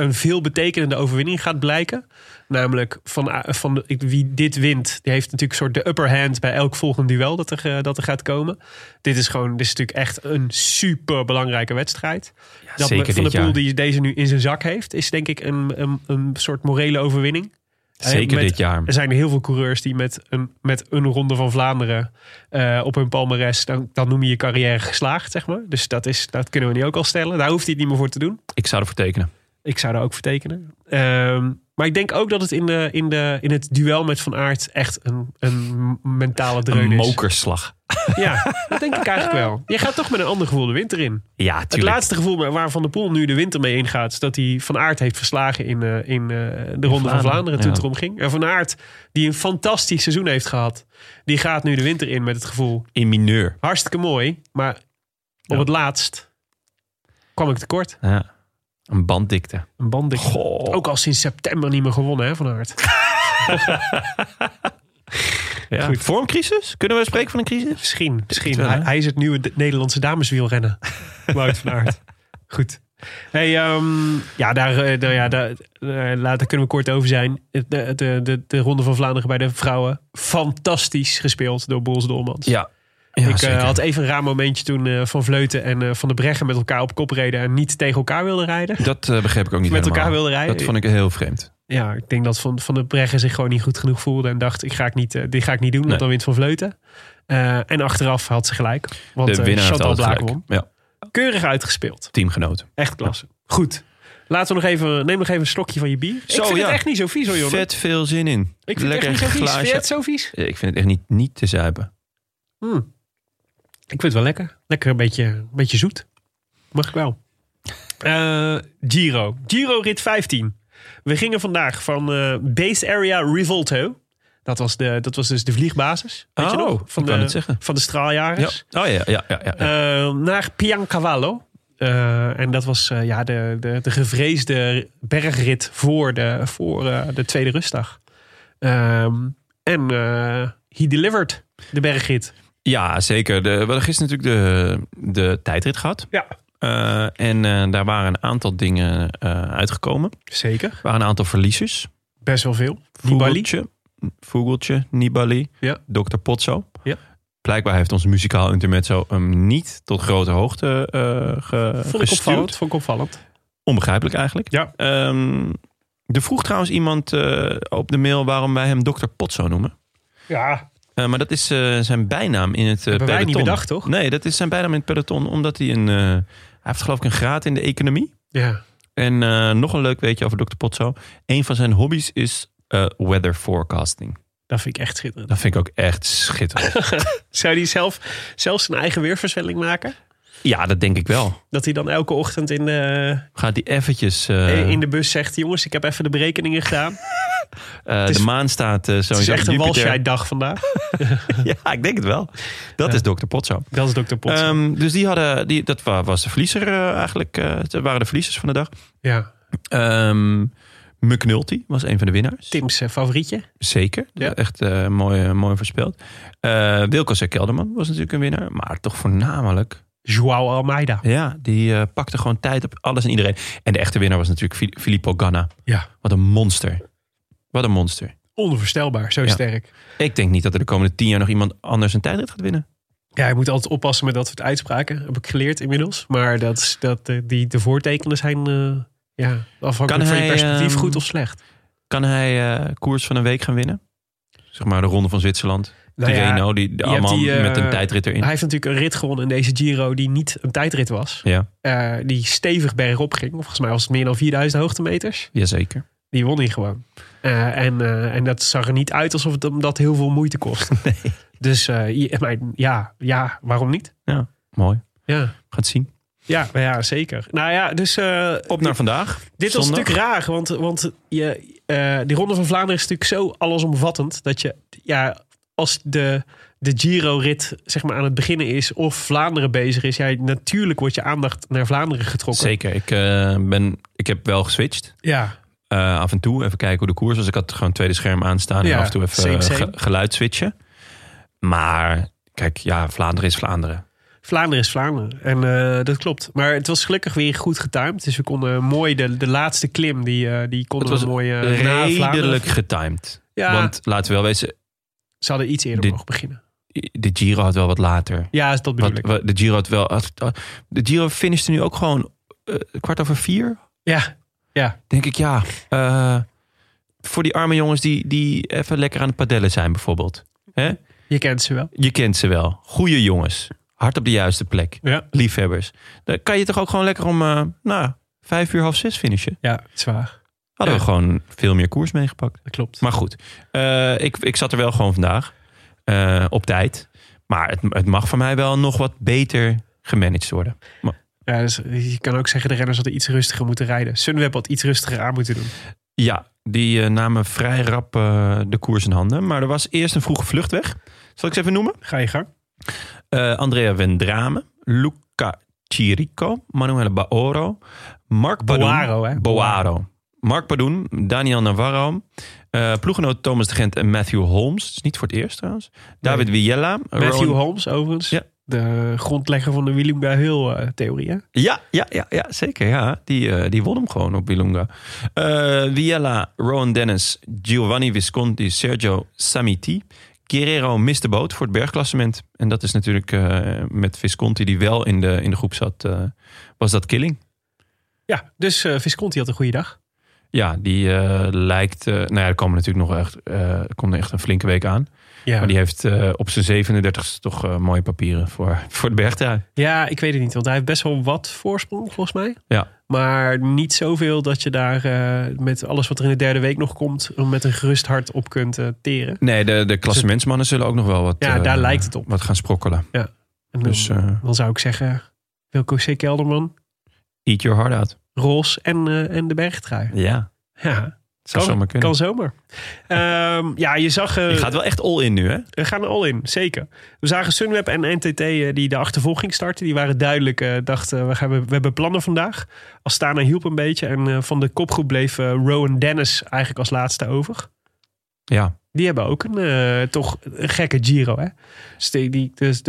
een veelbetekenende overwinning gaat blijken. Namelijk wie dit wint, die heeft natuurlijk een soort de upper hand bij elk volgend duel dat er gaat komen. Dit is natuurlijk echt een super belangrijke wedstrijd. Ja, zeker Van dit der Poel jaar. die deze nu in zijn zak heeft, is denk ik een soort morele overwinning. Zeker dit jaar. Er zijn er heel veel coureurs die met een Ronde van Vlaanderen op hun palmares, dan noem je je carrière geslaagd, zeg maar. Dus dat kunnen we nu ook al stellen. Daar hoeft hij het niet meer voor te doen. Ik zou ervoor tekenen. Ik zou daar ook voor tekenen. Maar ik denk ook dat het in het duel met Van Aert echt een mentale dreun Een is. mokerslag. Ja, dat denk ik eigenlijk wel. Je gaat toch met een ander gevoel de winter in. Ja, Het tuurlijk. laatste gevoel waar Van der Poel nu de winter mee ingaat, is dat hij Van Aert heeft verslagen in de Ronde van Vlaanderen toen het erom ging. En Van Aert, die een fantastisch seizoen heeft gehad, die gaat nu de winter in met het gevoel. In mineur. Hartstikke mooi, maar op het laatst kwam ik tekort. Ja. Een banddikte. Een banddikte. Ook al sinds september niet meer gewonnen, hè, Van Aert. Ja. Goed. Vormcrisis? Kunnen we spreken van een crisis? Misschien. wel, hè? Hij is het nieuwe Nederlandse dameswielrennen. Wout van Aert. Goed. Hey, daar kunnen we kort over zijn. De Ronde van Vlaanderen bij de vrouwen. Fantastisch gespeeld door Boels Dolmans. Ja. Ik zeker. had even een raar momentje toen Van Vleuten en Van der Breggen met elkaar op kop reden en niet tegen elkaar wilden rijden. Dat begreep ik ook niet Met helemaal. elkaar wilden rijden. Dat vond ik heel vreemd. Ja, ik denk dat Van der Breggen zich gewoon niet goed genoeg voelde en dacht, dit ga ik niet doen, want Nee. dan wint Van Vleuten. En achteraf had ze gelijk. Want De winnaar heeft Chantal altijd Blaak gelijk. won. Ja. Keurig uitgespeeld. Teamgenoten. Echt klasse. Goed. Laten we neem nog even een slokje van je bier. Ik vind het echt niet zo vies hoor, Jonne. Vet veel zin in. Ik vind het echt niet zo vies. Vind je het zo vies? Ik vind het echt niet te zuipen. Ik vind het wel lekker. Lekker een beetje zoet. Mag ik wel. Giro rit 15. We gingen vandaag van Base Area Rivolto. Dat was dus de vliegbasis. Weet je nog? ik wou het zeggen. Van de straaljagers. Ja. Oh ja. Naar Piancavallo. En dat was de gevreesde bergrit voor de tweede rustdag. He delivered de bergrit. Ja, zeker. We hadden gisteren natuurlijk de tijdrit gehad. Ja. Daar waren een aantal dingen uitgekomen. Zeker. Er waren een aantal verliezers. Best wel veel. Nibali. Vogeltje, Nibali, Ja. Dr. Potso. Ja. Blijkbaar heeft ons muzikaal intermezzo hem niet tot grote hoogte gestuurd. Vond ik opvallend. Onbegrijpelijk eigenlijk. Ja. Er vroeg trouwens iemand op de mail waarom wij hem Dr. Potso noemen. Ja. Maar dat is zijn bijnaam in het peloton. Wij niet bedacht, toch? Nee, dat is zijn bijnaam in het peloton. Omdat hij hij heeft geloof ik een graad in de economie. Ja. En nog een leuk weetje over Dr. Potso. Een van zijn hobby's is weather forecasting. Dat vind ik echt schitterend. Dat vind ik ook echt schitterend. Zou hij zelf zijn eigen weervoorspelling maken? Ja, dat denk ik wel. Dat hij dan elke ochtend in Gaat hij eventjes... in de bus zegt, jongens, ik heb even de berekeningen gedaan. de maan staat sowieso Het is echt op een Jupiter. walscheiddag vandaag. Ja, ik denk het wel. Dat is Dr. Potso. Dat is Dr. Potso. Dus dat was de verliezer eigenlijk. Dat waren de verliezers van de dag. Ja. McNulty was een van de winnaars. Tim's favorietje. Zeker. Ja. Echt mooi voorspeld. Wilco Kelderman was natuurlijk een winnaar. Maar toch voornamelijk... João Almeida. Ja, die pakte gewoon tijd op alles en iedereen. En de echte winnaar was natuurlijk Filippo Ganna. Ja. Wat een monster. Wat een monster. Onvoorstelbaar, zo Ja. sterk. Ik denk niet dat er de komende 10 jaar nog iemand anders een tijdrit gaat winnen. Ja, je moet altijd oppassen met dat soort uitspraken. Heb ik geleerd inmiddels. Maar de voortekenen zijn afhankelijk van je perspectief goed of slecht. Kan hij koers van een week gaan winnen? Zeg maar de Ronde van Zwitserland. Nou ja, Tirreno, die allemaal met een tijdrit erin. Hij heeft natuurlijk een rit gewonnen in deze Giro die niet een tijdrit was. Ja, Die stevig bergop ging. Of volgens mij was het meer dan 4000 hoogtemeters. jazeker. Die won hij gewoon. En dat zag er niet uit alsof het hem dat heel veel moeite kost. Nee. Dus waarom niet? Ja, mooi. Ja. Gaat zien. Ja, zeker. Nou ja, dus... Op naar vandaag. Dit was Zondag. natuurlijk raar, want die Ronde van Vlaanderen is natuurlijk zo allesomvattend dat je, als de Giro-rit zeg maar aan het beginnen is of Vlaanderen bezig is, natuurlijk wordt je aandacht naar Vlaanderen getrokken. Zeker. Ik heb wel geswitcht. Ja. Af en toe even kijken hoe de koers was. Ik had gewoon het tweede scherm aanstaan en af en toe even same. geluid switchen. Maar kijk, Vlaanderen is Vlaanderen. Vlaanderen is Vlaanderen. En dat klopt. Maar het was gelukkig weer goed getimed. Dus we konden mooi de laatste klim, die konden we mooi redelijk getimed. Ja. Want laten we wel wezen, ze hadden iets eerder mogen beginnen. De Giro had wel wat later. Ja, dat bedoel ik. De Giro had wel. De Giro finishte nu ook gewoon 4:15. Ja. Denk ik, voor die arme jongens die even lekker aan het padellen zijn bijvoorbeeld. Hè? Je kent ze wel. Je kent ze wel. Goeie jongens. Hard op de juiste plek. Ja. Liefhebbers. Dan kan je toch ook gewoon lekker om 5:30, 5:30 finishen. Ja, zwaar. Hadden we gewoon veel meer koers meegepakt. Dat klopt. Maar goed, ik zat er wel gewoon vandaag op tijd. Maar het mag van mij wel nog wat beter gemanaged worden. Ja, dus je kan ook zeggen de renners hadden iets rustiger moeten rijden. Sunweb had iets rustiger aan moeten doen. Ja, die namen vrij rap de koers in handen. Maar er was eerst een vroege vlucht weg. Zal ik ze even noemen? Ga je gang. Andrea Vendrame, Luca Chirico, Manuele Baoro, Mark Padun. Boaro. Mark Padun, Daniel Navarro, ploeggenoot Thomas de Gent en Matthew Holmes. Dat is niet voor het eerst trouwens. David Viella. Matthew Holmes overigens. Ja. De grondlegger van de Willunga Hill-theorie, hè? Ja, zeker. Ja. Die won hem gewoon op Willunga. Viella, Rowan Dennis, Giovanni Visconti, Sergio Samiti. Guerrero mist de boot voor het bergklassement. En dat is natuurlijk met Visconti, die wel in de groep zat, was dat killing. Ja, dus Visconti had een goede dag. Ja, die lijkt... er komen natuurlijk nog echt een flinke week aan. Ja. Maar die heeft op zijn 37ste toch mooie papieren voor de bergtrui. Ja, ik weet het niet. Want hij heeft best wel wat voorsprong, volgens mij. Ja. Maar niet zoveel dat je daar met alles wat er in de derde week nog komt, met een gerust hart op kunt teren. Nee, de klassementsmannen zullen ook nog wel wat, daar lijkt het op. Wat gaan sprokkelen. Ja. En dan zou ik zeggen, Wilco C. Kelderman. Eat your heart out. Roos en de bergtrui. Ja. Kan zomaar. Je zag... je gaat wel echt all in nu, hè? We gaan all in, zeker. We zagen Sunweb en NTT die de achtervolging starten. Die waren duidelijk, dachten we hebben plannen vandaag. Astana hielp een beetje. En van de kopgroep bleef Rowan Dennis eigenlijk als laatste over. Ja. Die hebben ook toch een gekke Giro, hè? Dus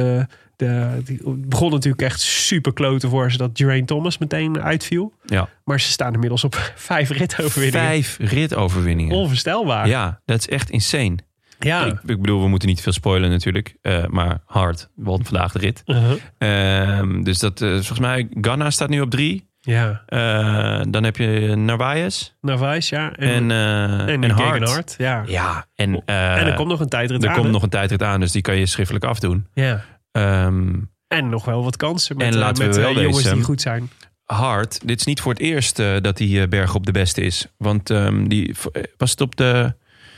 die begon natuurlijk echt super kloten voor ze dat Geraint Thomas meteen uitviel. Ja. Maar ze staan inmiddels op 5 ritoverwinningen. 5 ritoverwinningen. Onvoorstelbaar. Ja, dat is echt insane. Ja. Ik bedoel, we moeten niet veel spoilen natuurlijk. Maar Hart won vandaag de rit. Uh-huh. Dus dat volgens mij, Ganna staat nu op 3. Ja. Dan heb je Narvaez, ja. En Hart. Ja. Ja. En er komt nog een tijdrit aan. Er komt nog een tijdrit aan, dus die kan je schriftelijk afdoen. Ja. En nog wel wat kansen met jongens die goed zijn. Hart, dit is niet voor het eerst dat die berg op de beste is. Want was het op de...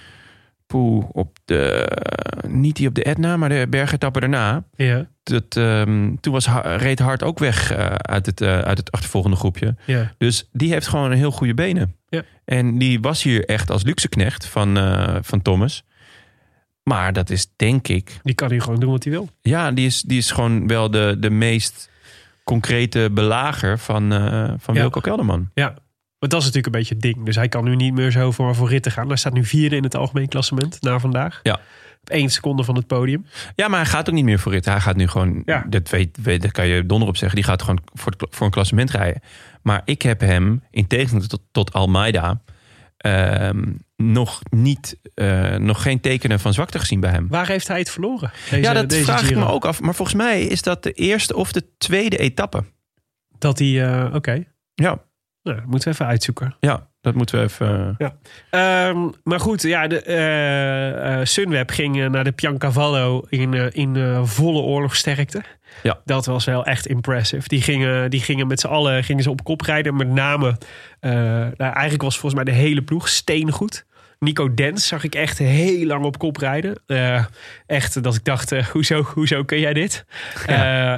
niet die op de Etna, maar de bergetappe daarna. Ja. Toen reed Hart ook weg uit het achtervolgende groepje. Ja. Dus die heeft gewoon een heel goede benen. Ja. En die was hier echt als luxeknecht van Thomas. Maar dat is, denk ik... Die kan hier gewoon doen wat hij wil. Ja, die is gewoon wel de meest concrete belager van Wilco Kelderman. Ja, want dat is natuurlijk een beetje het ding. Dus hij kan nu niet meer zo voor ritten gaan. Hij staat nu 4e in het algemeen klassement na vandaag. Ja. Op 1 seconde van het podium. Ja, maar hij gaat ook niet meer voor ritten. Hij gaat nu gewoon, daar kan je donder op zeggen, die gaat gewoon voor een klassement rijden. Maar ik heb hem, in tegenstelling tot Almeida... nog geen tekenen van zwakte gezien bij hem. Waar heeft hij het verloren? Dat vraag ik me ook af. Maar volgens mij is dat de eerste of de tweede etappe. Dat hij... Oké. Ja. Nou, dat moeten we even uitzoeken. Ja, dat moeten we even... Ja. Maar goed, Sunweb ging naar de Piancavallo in volle oorlogssterkte. Ja. Dat was wel echt impressive. Die gingen met z'n allen op kop rijden. Met name, eigenlijk was volgens mij de hele ploeg steengoed. Nico Dens zag ik echt heel lang op kop rijden. Echt dat ik dacht, hoezo kun jij dit? Ja.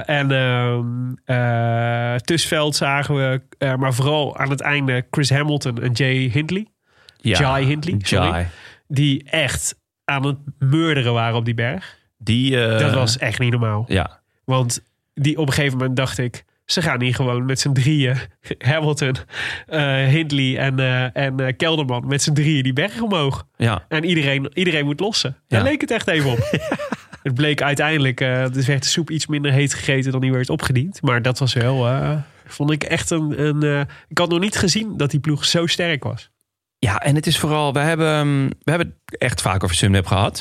Tussveld zagen we, maar vooral aan het einde Chris Hamilton en Jay Hindley. Ja. Jai Hindley. Die echt aan het murderen waren op die berg. Dat was echt niet normaal. Ja. Want op een gegeven moment dacht ik... Ze gaan hier gewoon met z'n drieën... Hamilton, Hindley en Kelderman... met z'n drieën die berg omhoog. Ja. En iedereen moet lossen. Daar leek het echt even op. Het bleek uiteindelijk, dus werd de soep iets minder heet gegeten dan die werd opgediend. Maar dat was wel, vond ik echt ik had nog niet gezien dat die ploeg zo sterk was. Ja, en het is vooral, we hebben het echt vaak over Sunweb gehad.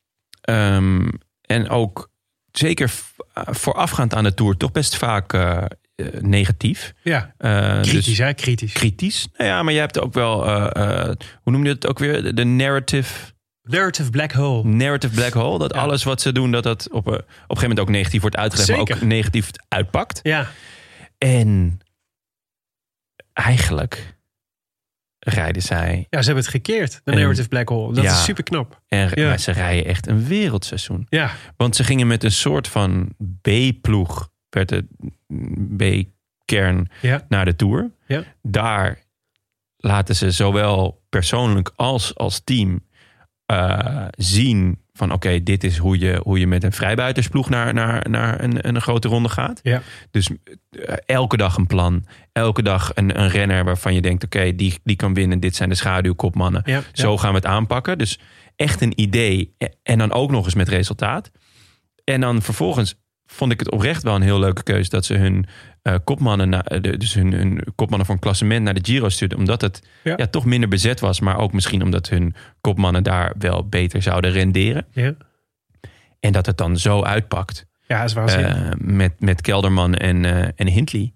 En ook zeker voorafgaand aan de Tour toch best vaak negatief. Ja, kritisch hè, kritisch. Kritisch, nou ja, maar je hebt ook wel, hoe noem je het ook weer? De narrative black hole. Narrative black hole, dat alles wat ze doen, dat op een gegeven moment ook negatief wordt uitgelegd, Zeker. maar ook negatief uitpakt. Ja. En eigenlijk rijden zij. Ja, ze hebben het gekeerd, de narrative black hole. Dat is super knap. En ze rijden echt een wereldseizoen. Ja. Want ze gingen met een soort van B-ploeg, werd de B-kern naar de Tour. Ja. Daar laten ze zowel persoonlijk als team zien van oké, dit is hoe je met een vrijbuitersploeg naar een grote ronde gaat. Ja. Dus elke dag een plan. Elke dag een renner waarvan je denkt oké, die kan winnen. Dit zijn de schaduwkopmannen. Ja. Zo gaan we het aanpakken. Dus echt een idee. En dan ook nog eens met resultaat. En dan vervolgens vond ik het oprecht wel een heel leuke keuze dat ze hun kopmannen, dus hun kopmannen voor een klassement naar de Giro stuurden. Omdat het toch minder bezet was. Maar ook misschien omdat hun kopmannen daar wel beter zouden renderen. Ja. En dat het dan zo uitpakt. Ja, dat is waanzinnig. Met Kelderman en Hindley.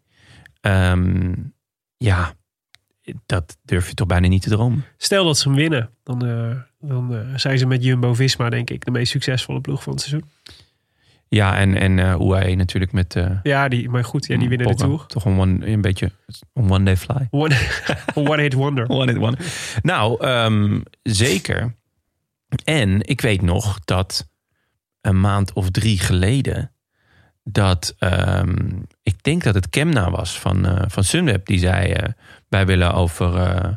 Dat durf je toch bijna niet te dromen. Stel dat ze hem winnen. Dan zijn ze met Jumbo-Visma denk ik de meest succesvolle ploeg van het seizoen. Ja, en UAE natuurlijk met... maar goed, die winnen de Tour. Toch een beetje een one-day fly. One-hit wonder. One-hit wonder. Nou, zeker. En ik weet nog dat een maand of 3 geleden... dat ik denk dat het Kemna was van Sunweb. Die zei, wij willen over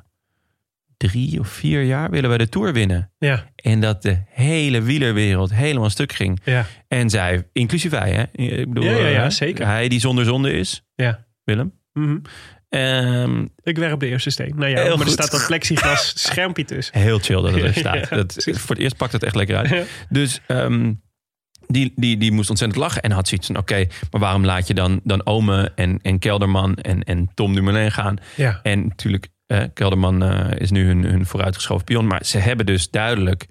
3 of 4 jaar willen wij de Tour winnen. Ja. En dat de hele wielerwereld helemaal stuk ging. Ja. En zij, inclusief hij, hè? Ik bedoel, zeker. Hij die zonder zonde is. Ja. Willem. Mm-hmm. Ik werp de eerste steen. Nou ja, maar er staat dat plexiglas schermpje tussen. Heel chill dat het er staat. Voor het eerst pakt het echt lekker uit. Ja. Dus die moest ontzettend lachen en had zoiets van oké, maar waarom laat je dan Ome en Kelderman en Tom Dumoulin gaan? Ja. En natuurlijk, Kelderman is nu hun vooruitgeschoven pion. Maar ze hebben dus duidelijk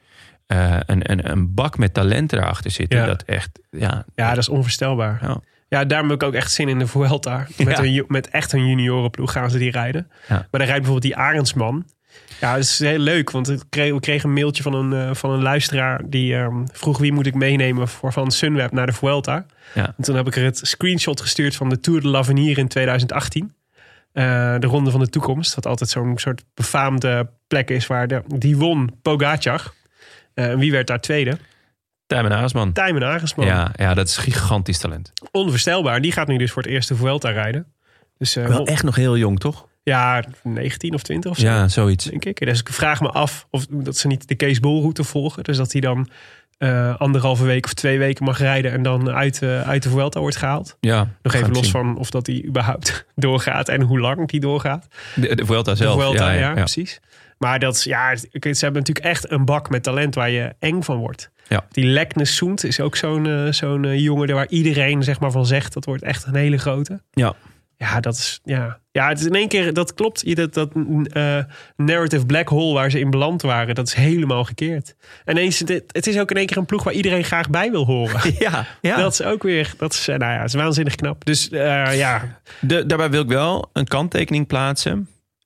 een bak met talenten daarachter zitten. Ja. Dat echt, ja, dat is onvoorstelbaar. Ja, daar heb ik ook echt zin in de Vuelta. Met echt een juniorenploeg gaan ze die rijden. Ja. Maar dan rijdt bijvoorbeeld die Arendsman. Ja, dat is heel leuk. Want we kregen een mailtje van een luisteraar die vroeg wie moet ik meenemen van Sunweb naar de Vuelta. Ja. En toen heb ik er het screenshot gestuurd van de Tour de l'Avenir in 2018. De Ronde van de Toekomst. Wat altijd zo'n soort befaamde plek is waar die won Pogacar. Wie werd daar tweede? Tijmen Arendsman. Ja, dat is gigantisch talent. Onvoorstelbaar. Die gaat nu dus voor het eerste Vuelta rijden. Dus, wel echt nog heel jong, toch? Ja, 19 of 20 of zo. Ja, zoiets. Denk ik. Dus ik vraag me af of dat ze niet de Kees Bol route volgen. Dus dat hij dan 1,5 week of 2 weken mag rijden en dan uit de Vuelta wordt gehaald. Ja, nog even los van of dat hij überhaupt doorgaat en hoe lang die doorgaat. De Vuelta zelf. De Vuelta, ja, precies. Maar dat is, ze hebben natuurlijk echt een bak met talent waar je eng van wordt. Ja. Die Leknes Soent is ook zo'n jongen waar iedereen zeg maar van zegt dat wordt echt een hele grote. Ja. Ja, dat is het is in één keer, dat klopt. Dat narrative black hole waar ze in beland waren, dat is helemaal gekeerd. En het is ook in één keer een ploeg waar iedereen graag bij wil horen. Ja. Dat is ook weer, het is waanzinnig knap. Dus daarbij wil ik wel een kanttekening plaatsen.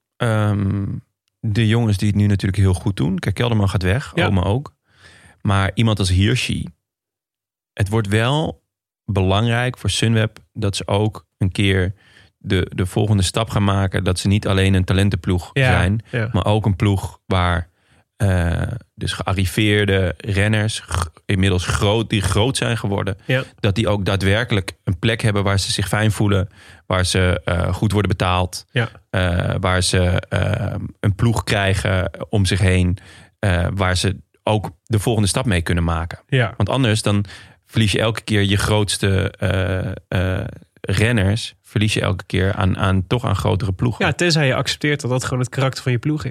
De jongens die het nu natuurlijk heel goed doen. Kijk, Kelderman gaat weg, Ome ook. Maar iemand als Hirschi, het wordt wel belangrijk voor Sunweb dat ze ook een keer de volgende stap gaan maken. Dat ze niet alleen een talentenploeg zijn, maar ook een ploeg waar dus gearriveerde renners, inmiddels die groot zijn geworden, dat die ook daadwerkelijk een plek hebben waar ze zich fijn voelen, waar ze goed worden betaald, waar ze een ploeg krijgen om zich heen, waar ze ook de volgende stap mee kunnen maken. Ja. Want anders dan verlies je elke keer je grootste renners, verlies je elke keer aan grotere ploegen. Ja, tenzij je accepteert dat dat gewoon het karakter van je ploeg is.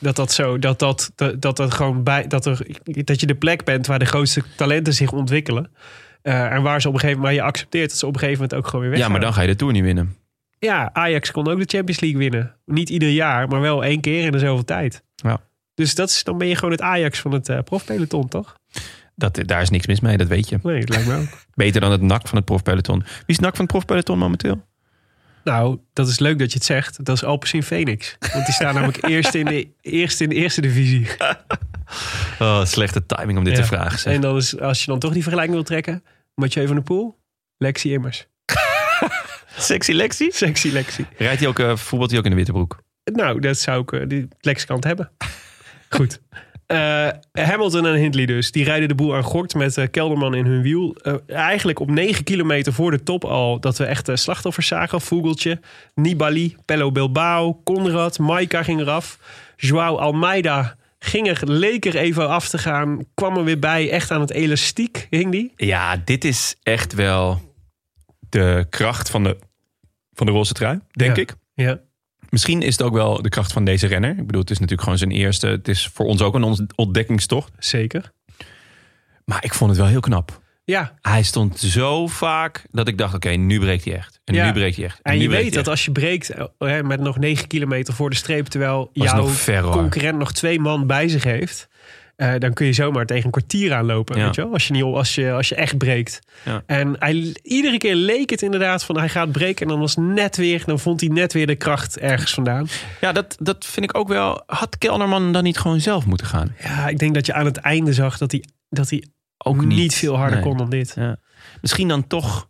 Dat je de plek bent waar de grootste talenten zich ontwikkelen. En waar ze op een gegeven moment, maar je accepteert dat ze op een gegeven moment ook gewoon weer weggaan. Ja, maar dan ga je de Tour niet winnen. Ja, Ajax kon ook de Champions League winnen. Niet ieder jaar, maar wel 1 keer in de zoveel tijd. Ja. Dus dan ben je gewoon het Ajax van het profpeloton, toch? Daar is niks mis mee, dat weet je. Nee, dat lijkt me ook. Beter dan het NAC van het profpeloton. Wie is NAC van het profpeloton momenteel? Nou, dat is leuk dat je het zegt. Dat is Alpecin Phoenix. Want die staan namelijk eerst in de eerste divisie. Oh, slechte timing om dit te vragen. Zeg. En dan is, als je dan toch die vergelijking wil trekken... Mathieu van der Poel, Lexi Immers. Sexy Lexi? Sexy Lexi. Rijdt hij ook, voetbalt hij ook in de witte broek? Nou, dat zou ik die Lexi-kant hebben. Goed. Hamilton en Hindley dus. Die rijden de boel aan gort met Kelderman in hun wiel. Eigenlijk op 9 kilometer voor de top al... dat we echt slachtoffers zagen. Vogeltje, Nibali, Pello Bilbao, Conrad, Maika ging eraf. Joao Almeida leek er even af te gaan. Kwam er weer bij. Echt aan het elastiek hing die. Ja, dit is echt wel de kracht van de roze trui, denk ik. Ja. Misschien is het ook wel de kracht van deze renner. Ik bedoel, het is natuurlijk gewoon zijn eerste. Het is voor ons ook een ontdekkingstocht. Zeker. Maar ik vond het wel heel knap. Ja. Hij stond zo vaak dat ik dacht, oké, nu breekt hij echt. En nu breekt hij echt. En je weet dat als je breekt met nog 9 kilometer voor de streep... terwijl jouw concurrent nog 2 man bij zich heeft... dan kun je zomaar tegen een kwartier aanlopen. Ja. Weet je wel? Als je echt breekt. Ja. En iedere keer leek het inderdaad van hij gaat breken. En dan vond hij net weer de kracht ergens vandaan. Ja, dat vind ik ook wel. Had Kelderman dan niet gewoon zelf moeten gaan? Ja, ik denk dat je aan het einde zag dat hij ook niet veel harder kon dan dit. Ja. Misschien dan toch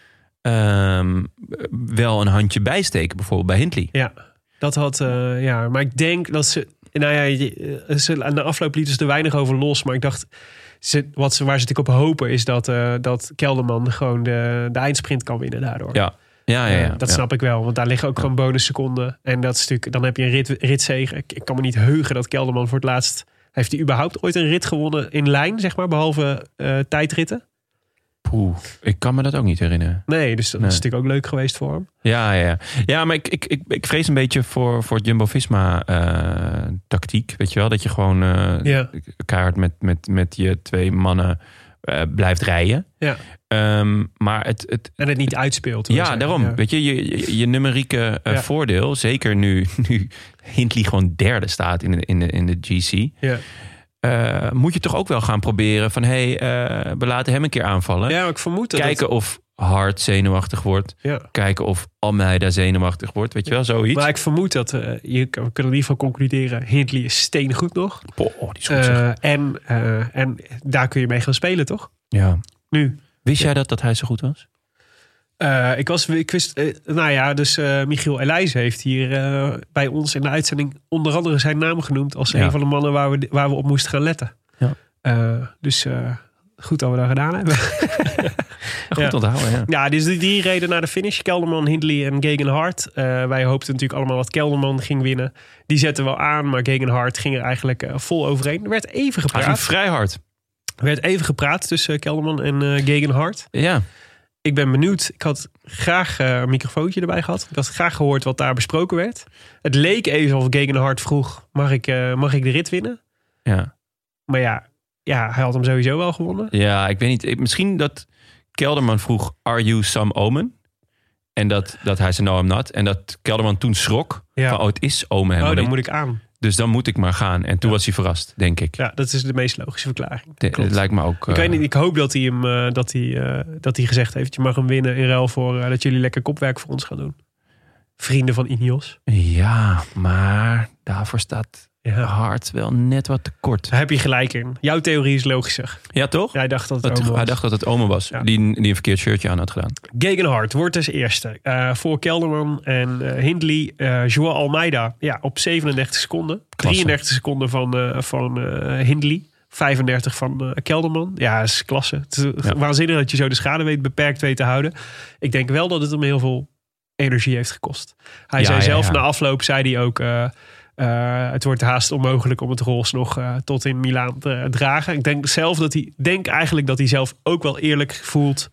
wel een handje bijsteken. Bijvoorbeeld bij Hindley. Ja, dat had... maar ik denk dat ze... Nou ja, aan de afloop lieten ze er weinig over los. Maar ik dacht, waar ze natuurlijk op hopen... is dat Kelderman gewoon de eindsprint kan winnen daardoor. Ja. Dat snap ik wel, want daar liggen ook gewoon bonusseconden. En dat is natuurlijk, dan heb je een ritzege. Ik kan me niet heugen dat Kelderman voor het laatst... Heeft hij überhaupt ooit een rit gewonnen in lijn, zeg maar? Behalve tijdritten? Poeh, ik kan me dat ook niet herinneren. Nee, dus dat is natuurlijk ook leuk geweest voor hem. Ja, maar ik vrees een beetje voor Jumbo-Visma tactiek. Weet je wel, dat je gewoon keihard met je 2 mannen blijft rijden. Ja. Maar en het niet uitspeelt. Ja, daarom. Ja. Weet je numerieke voordeel, zeker nu Hindley gewoon derde staat in de GC. Ja. Moet je toch ook wel gaan proberen van... we laten hem een keer aanvallen. Ja, ik vermoed dat... Kijken of Hart zenuwachtig wordt. Ja. Kijken of Almeida zenuwachtig wordt. Weet je wel, zoiets. Maar ik vermoed dat... we kunnen in ieder geval concluderen... Hindley is steengoed nog. Die is goed en daar kun je mee gaan spelen, toch? Ja. Nu. Wist jij dat hij zo goed was? Ik wist, Michiel Elijs heeft hier bij ons in de uitzending onder andere zijn naam genoemd als een van de mannen waar we op moesten gaan letten. Ja. Goed dat we dat gedaan hebben. Goed onthouden, ja. Ja, dus die reden naar de finish. Kelderman, Hindley en Gegenhardt. Wij hoopten natuurlijk allemaal dat Kelderman ging winnen. Die zetten wel aan, maar Gegenhardt ging er eigenlijk vol overheen. Er werd even gepraat. Hij ging vrij hard. Er werd even gepraat tussen Kelderman en Gegenhardt. Ja. Ik ben benieuwd. Ik had graag een microfoontje erbij gehad. Ik had graag gehoord wat daar besproken werd. Het leek even alsof Gegenhardt vroeg... Mag ik de rit winnen? Ja. Maar ja, hij had hem sowieso wel gewonnen. Ja, ik weet niet. Misschien dat Kelderman vroeg... Are you Sam Omen? En dat hij zei no, I'm not. En dat Kelderman toen schrok. Ja. Van, het is Omen helemaal dan niet. moet ik aan. Dus dan moet ik maar gaan. En toen was hij verrast, denk ik. Ja, dat is de meest logische verklaring. Het lijkt me ook... Ik weet niet, ik hoop dat hij hem dat hij gezegd heeft... je mag hem winnen in ruil voor dat jullie lekker kopwerk voor ons gaan doen. Vrienden van Ineos. Ja, maar daarvoor staat Hart wel net wat te kort. Daar heb je gelijk in. Jouw theorie is logischer. Ja, toch? Hij dacht dat het Omen was. Hij dacht dat het Omen was, die een verkeerd shirtje aan had gedaan. Gegenhardt wordt dus eerste. Voor Kelderman en Hindley. Joao Almeida op 37 seconden. Klasse. 33 seconden van Hindley. 35 van Kelderman. Ja, dat is klasse. Het is waanzinnig dat je zo de schade beperkt weet te houden. Ik denk wel dat het hem heel veel energie heeft gekost. Hij zei zelf na afloop, zei hij ook... het wordt haast onmogelijk om het roze nog tot in Milaan te dragen. Ik denk eigenlijk dat hij zelf ook wel eerlijk voelt...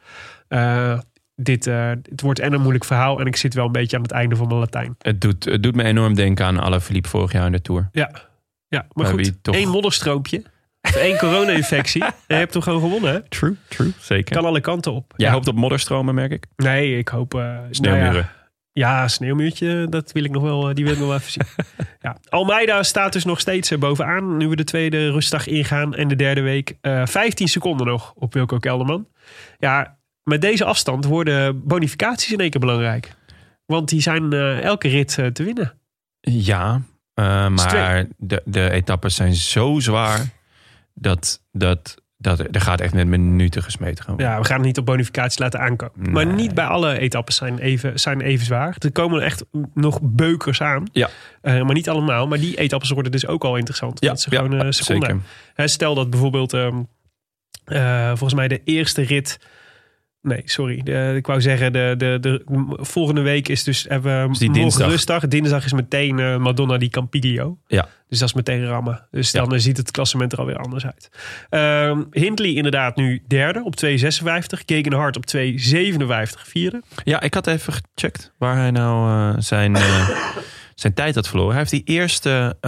het wordt een moeilijk verhaal... en ik zit wel een beetje aan het einde van mijn Latijn. Het doet me enorm denken aan Alaphilippe vorig jaar in de Tour. Ja. Ja, maar goed, toch... 1 modderstroompje. Of 1 corona-infectie. En je hebt toch gewoon gewonnen, hè? True, zeker. Kan alle kanten op. Jij hoopt op modderstromen, merk ik? Nee, ik hoop... Sneeuwmuren. Ja, sneeuwmuurtje, die wil ik nog wel even zien. Ja. Almeida staat dus nog steeds bovenaan. Nu we de tweede rustdag ingaan en de derde week. 15 seconden nog op Wilco Kelderman. Ja, met deze afstand worden bonificaties in één keer belangrijk. Want die zijn elke rit te winnen. Ja, maar de etappes zijn zo zwaar dat er gaat echt met minuten gesmeten gaan worden. Ja, we gaan het niet op bonificaties laten aankomen. Nee. Maar niet bij alle etappes zijn even zwaar. Er komen echt nog beukers aan. Ja. Maar niet allemaal. Maar die etappes worden dus ook al interessant. Ja, dat ze gewoon seconden. Stel dat bijvoorbeeld volgens mij de eerste rit... Nee, sorry. Ik wou zeggen, de volgende week is dus... Hebben we morgen rustdag. Dinsdag is meteen Madonna di Campiglio. Ja. Dus dat is meteen rammen. Dus dan ziet het klassement er alweer anders uit. Hindley inderdaad nu derde op 2,56. Gegenhardt op 2,57 vierde. Ja, ik had even gecheckt waar hij nou zijn tijd had verloren. Hij heeft die eerste...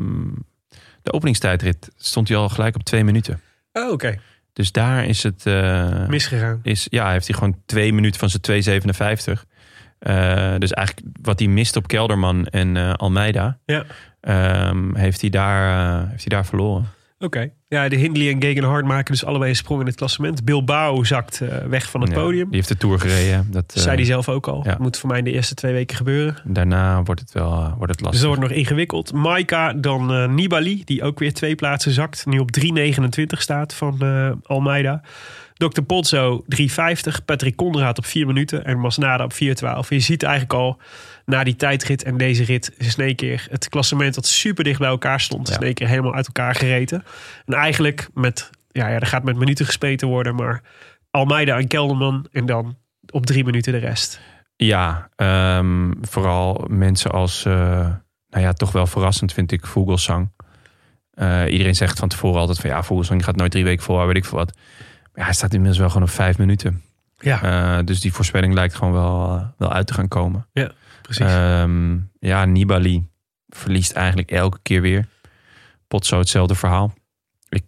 de openingstijdrit stond hij al gelijk op 2 minuten. Oh, oké. Dus daar is het... misgegaan. Heeft hij gewoon 2 minuten van zijn 2,57. Dus eigenlijk wat hij mist op Kelderman en Almeida... Ja. Heeft hij daar verloren. Oké. Ja, de Hindley en Gegenhardt maken dus allebei een sprong in het klassement. Bilbao zakt weg van het podium. Die heeft de Tour gereden. Dat zei hij zelf ook al. Ja. Moet voor mij in de eerste 2 weken gebeuren. Daarna wordt het lastig. Dus dat wordt nog ingewikkeld. Maika, dan Nibali, die ook weer 2 plaatsen zakt. Nu op 3,29 staat van Almeida. Dr. Pozzo 3,50. Patrick Conrad op 4 minuten. En Masnada op 4,12. Je ziet eigenlijk al... Na die tijdrit en deze rit is in één keer het klassement dat super dicht bij elkaar stond. Is in één keer helemaal uit elkaar gereten. En eigenlijk er gaat met minuten gesmeten worden. Maar Almeida en Kelderman en dan op 3 minuten de rest. Ja, vooral mensen als, toch wel verrassend vind ik Vogelsang. Iedereen zegt van tevoren altijd van Vogelsang gaat nooit 3 weken vol, weet ik veel wat. Maar hij staat inmiddels wel gewoon op 5 minuten. Ja. Dus die voorspelling lijkt gewoon wel uit te gaan komen. Ja. Precies. Nibali verliest eigenlijk elke keer weer. Pozzo hetzelfde verhaal. Ik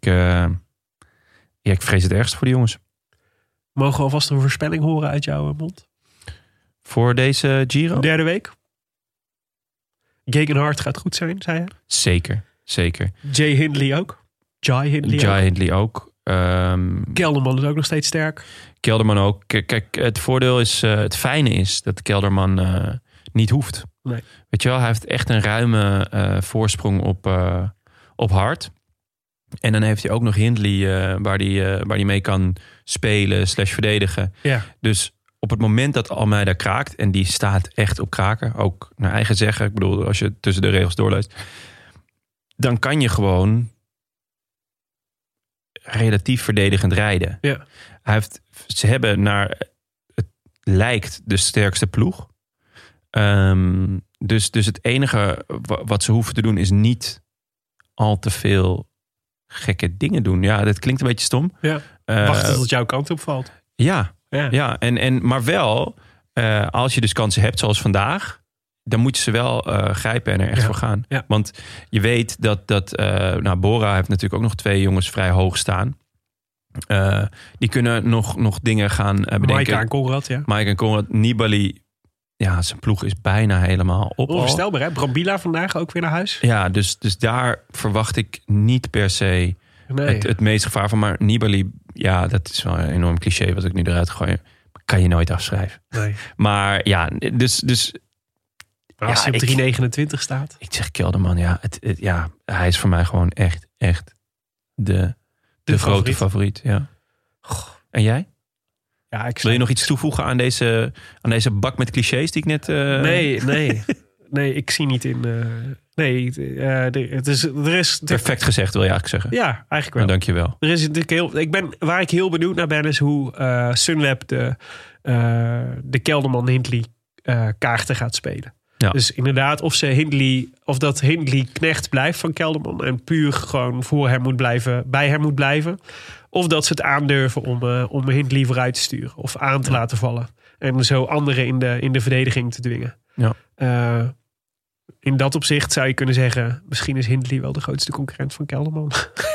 vrees het ergste voor de jongens. Mogen we alvast een voorspelling horen uit jouw mond? Voor deze Giro? Derde week. Gegenhardt gaat goed zijn, zei je? Zeker. Jay Hindley ook. Jai Hindley ook. Kelderman is ook nog steeds sterk. Kelderman ook. Kijk, het voordeel is... het fijne is dat Kelderman niet hoeft. Nee. Weet je wel, hij heeft echt een ruime voorsprong op Hart. En dan heeft hij ook nog Hindley waar hij mee kan spelen / verdedigen. Ja. Dus op het moment dat Almeida kraakt... en die staat echt op kraken, ook naar eigen zeggen... ik bedoel, als je tussen de regels doorleest... dan kan je gewoon relatief verdedigend rijden. Ja. Ze hebben naar het lijkt de sterkste ploeg. Dus het enige wat ze hoeven te doen is niet al te veel gekke dingen doen. Ja, dat klinkt een beetje stom. Ja. Wachten tot jouw kant opvalt. Ja. Maar wel, als je dus kansen hebt zoals vandaag... dan moet je ze wel grijpen en er echt voor gaan. Ja. Want je weet dat Bora heeft natuurlijk ook nog 2 jongens vrij hoog staan. Die kunnen nog dingen gaan bedenken. Maika en Conrad, ja. Maika en Conrad. Nibali, zijn ploeg is bijna helemaal op. Onvoorstelbaar, hè? Brambila vandaag ook weer naar huis. Ja, dus daar verwacht ik niet per se het meest gevaar van. Maar Nibali, dat is wel een enorm cliché wat ik nu eruit gooi. Kan je nooit afschrijven. Nee. Maar dus maar als hij op 3,29 staat. Ik zeg Kelderman, hij is voor mij gewoon echt de grote favoriet. Ja. En jij? Ja, wil je nog iets toevoegen aan deze bak met clichés die ik net... Nee, ik zie niet in... er is perfect gezegd, wil je eigenlijk zeggen. Ja, eigenlijk wel. Dank je wel. Er is waar ik heel benieuwd naar ben, is hoe Sunweb de Kelderman Hindley kaarten gaat spelen. Ja. Dus inderdaad, of dat Hindley knecht blijft van Kelderman en puur gewoon bij hem moet blijven. Of dat ze het aandurven om Hindley vooruit te sturen of aan te laten vallen. En zo anderen in de verdediging te dwingen. Ja. In dat opzicht zou je kunnen zeggen, misschien is Hindley wel de grootste concurrent van Kelderman.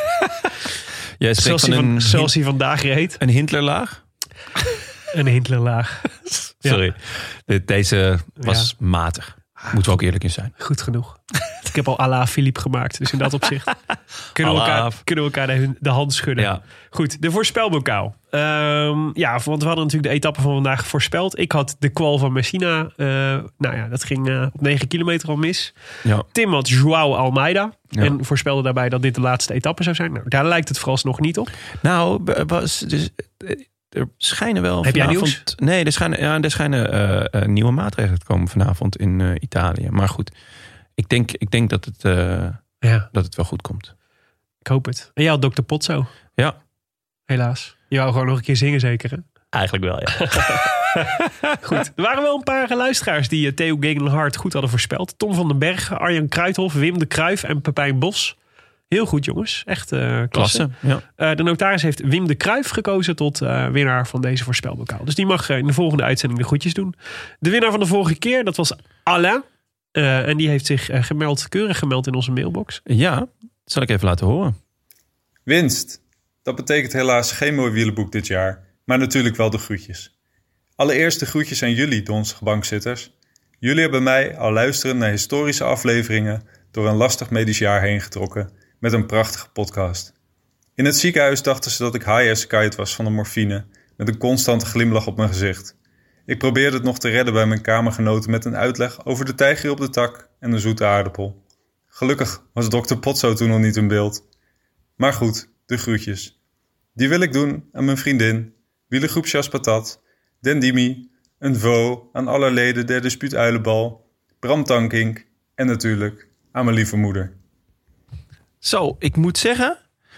Jij spreekt van zoals hij vandaag reed. Een Hindlerlaag? Een Hindlerlaag. Sorry. Deze was matig. Moeten we ook eerlijk in zijn. Goed genoeg. Ik heb al à la Philippe gemaakt. Dus in dat opzicht kunnen we elkaar de hand schudden. Ja. Goed, de voorspelbokaal. Want we hadden natuurlijk de etappe van vandaag voorspeld. Ik had de kwal van Messina. Dat ging op 9 kilometer al mis. Ja. Tim had João Almeida. Ja. En voorspelde daarbij dat dit de laatste etappe zou zijn. Nou, daar lijkt het vooralsnog niet op. Nou, er schijnen wel. Heb jij nieuws? Nee, er schijnen nieuwe maatregelen te komen vanavond in Italië. Maar goed, ik denk dat het wel goed komt. Ik hoop het. En jij had Dr. Potso. Ja. Helaas. Je wou gewoon nog een keer zingen zeker, hè? Eigenlijk wel, ja. Goed. Er waren wel een paar luisteraars die Theo Gegenhardt goed hadden voorspeld. Tom van den Berg, Arjan Kruithof, Wim de Cruijff en Pepijn Bos. Heel goed, jongens. Echt klasse. Ja. De notaris heeft Wim de Cruijff gekozen tot winnaar van deze voorspelbokaal. Dus die mag in de volgende uitzending de groetjes doen. De winnaar van de vorige keer, dat was Alain. En die heeft zich keurig gemeld in onze mailbox. Ja, dat zal ik even laten horen. Winst. Dat betekent helaas geen mooi wielenboek dit jaar. Maar natuurlijk wel de groetjes. Allereerst de groetjes aan jullie, donstige bankzitters. Jullie hebben mij, al luisterend naar historische afleveringen, door een lastig medisch jaar heen getrokken met een prachtige podcast. In het ziekenhuis dachten ze dat ik high as kite was van de morfine, met een constante glimlach op mijn gezicht. Ik probeerde het nog te redden bij mijn kamergenoten met een uitleg over de tijger op de tak en de zoete aardappel. Gelukkig was Dr. Potso toen nog niet in beeld. Maar goed, de groetjes. Die wil ik doen aan mijn vriendin, wielergroep Chas Patat, Dendimi, een vo aan alle leden der dispuut Uilenbal, Bram Tankink en natuurlijk aan mijn lieve moeder. Zo, ik moet zeggen,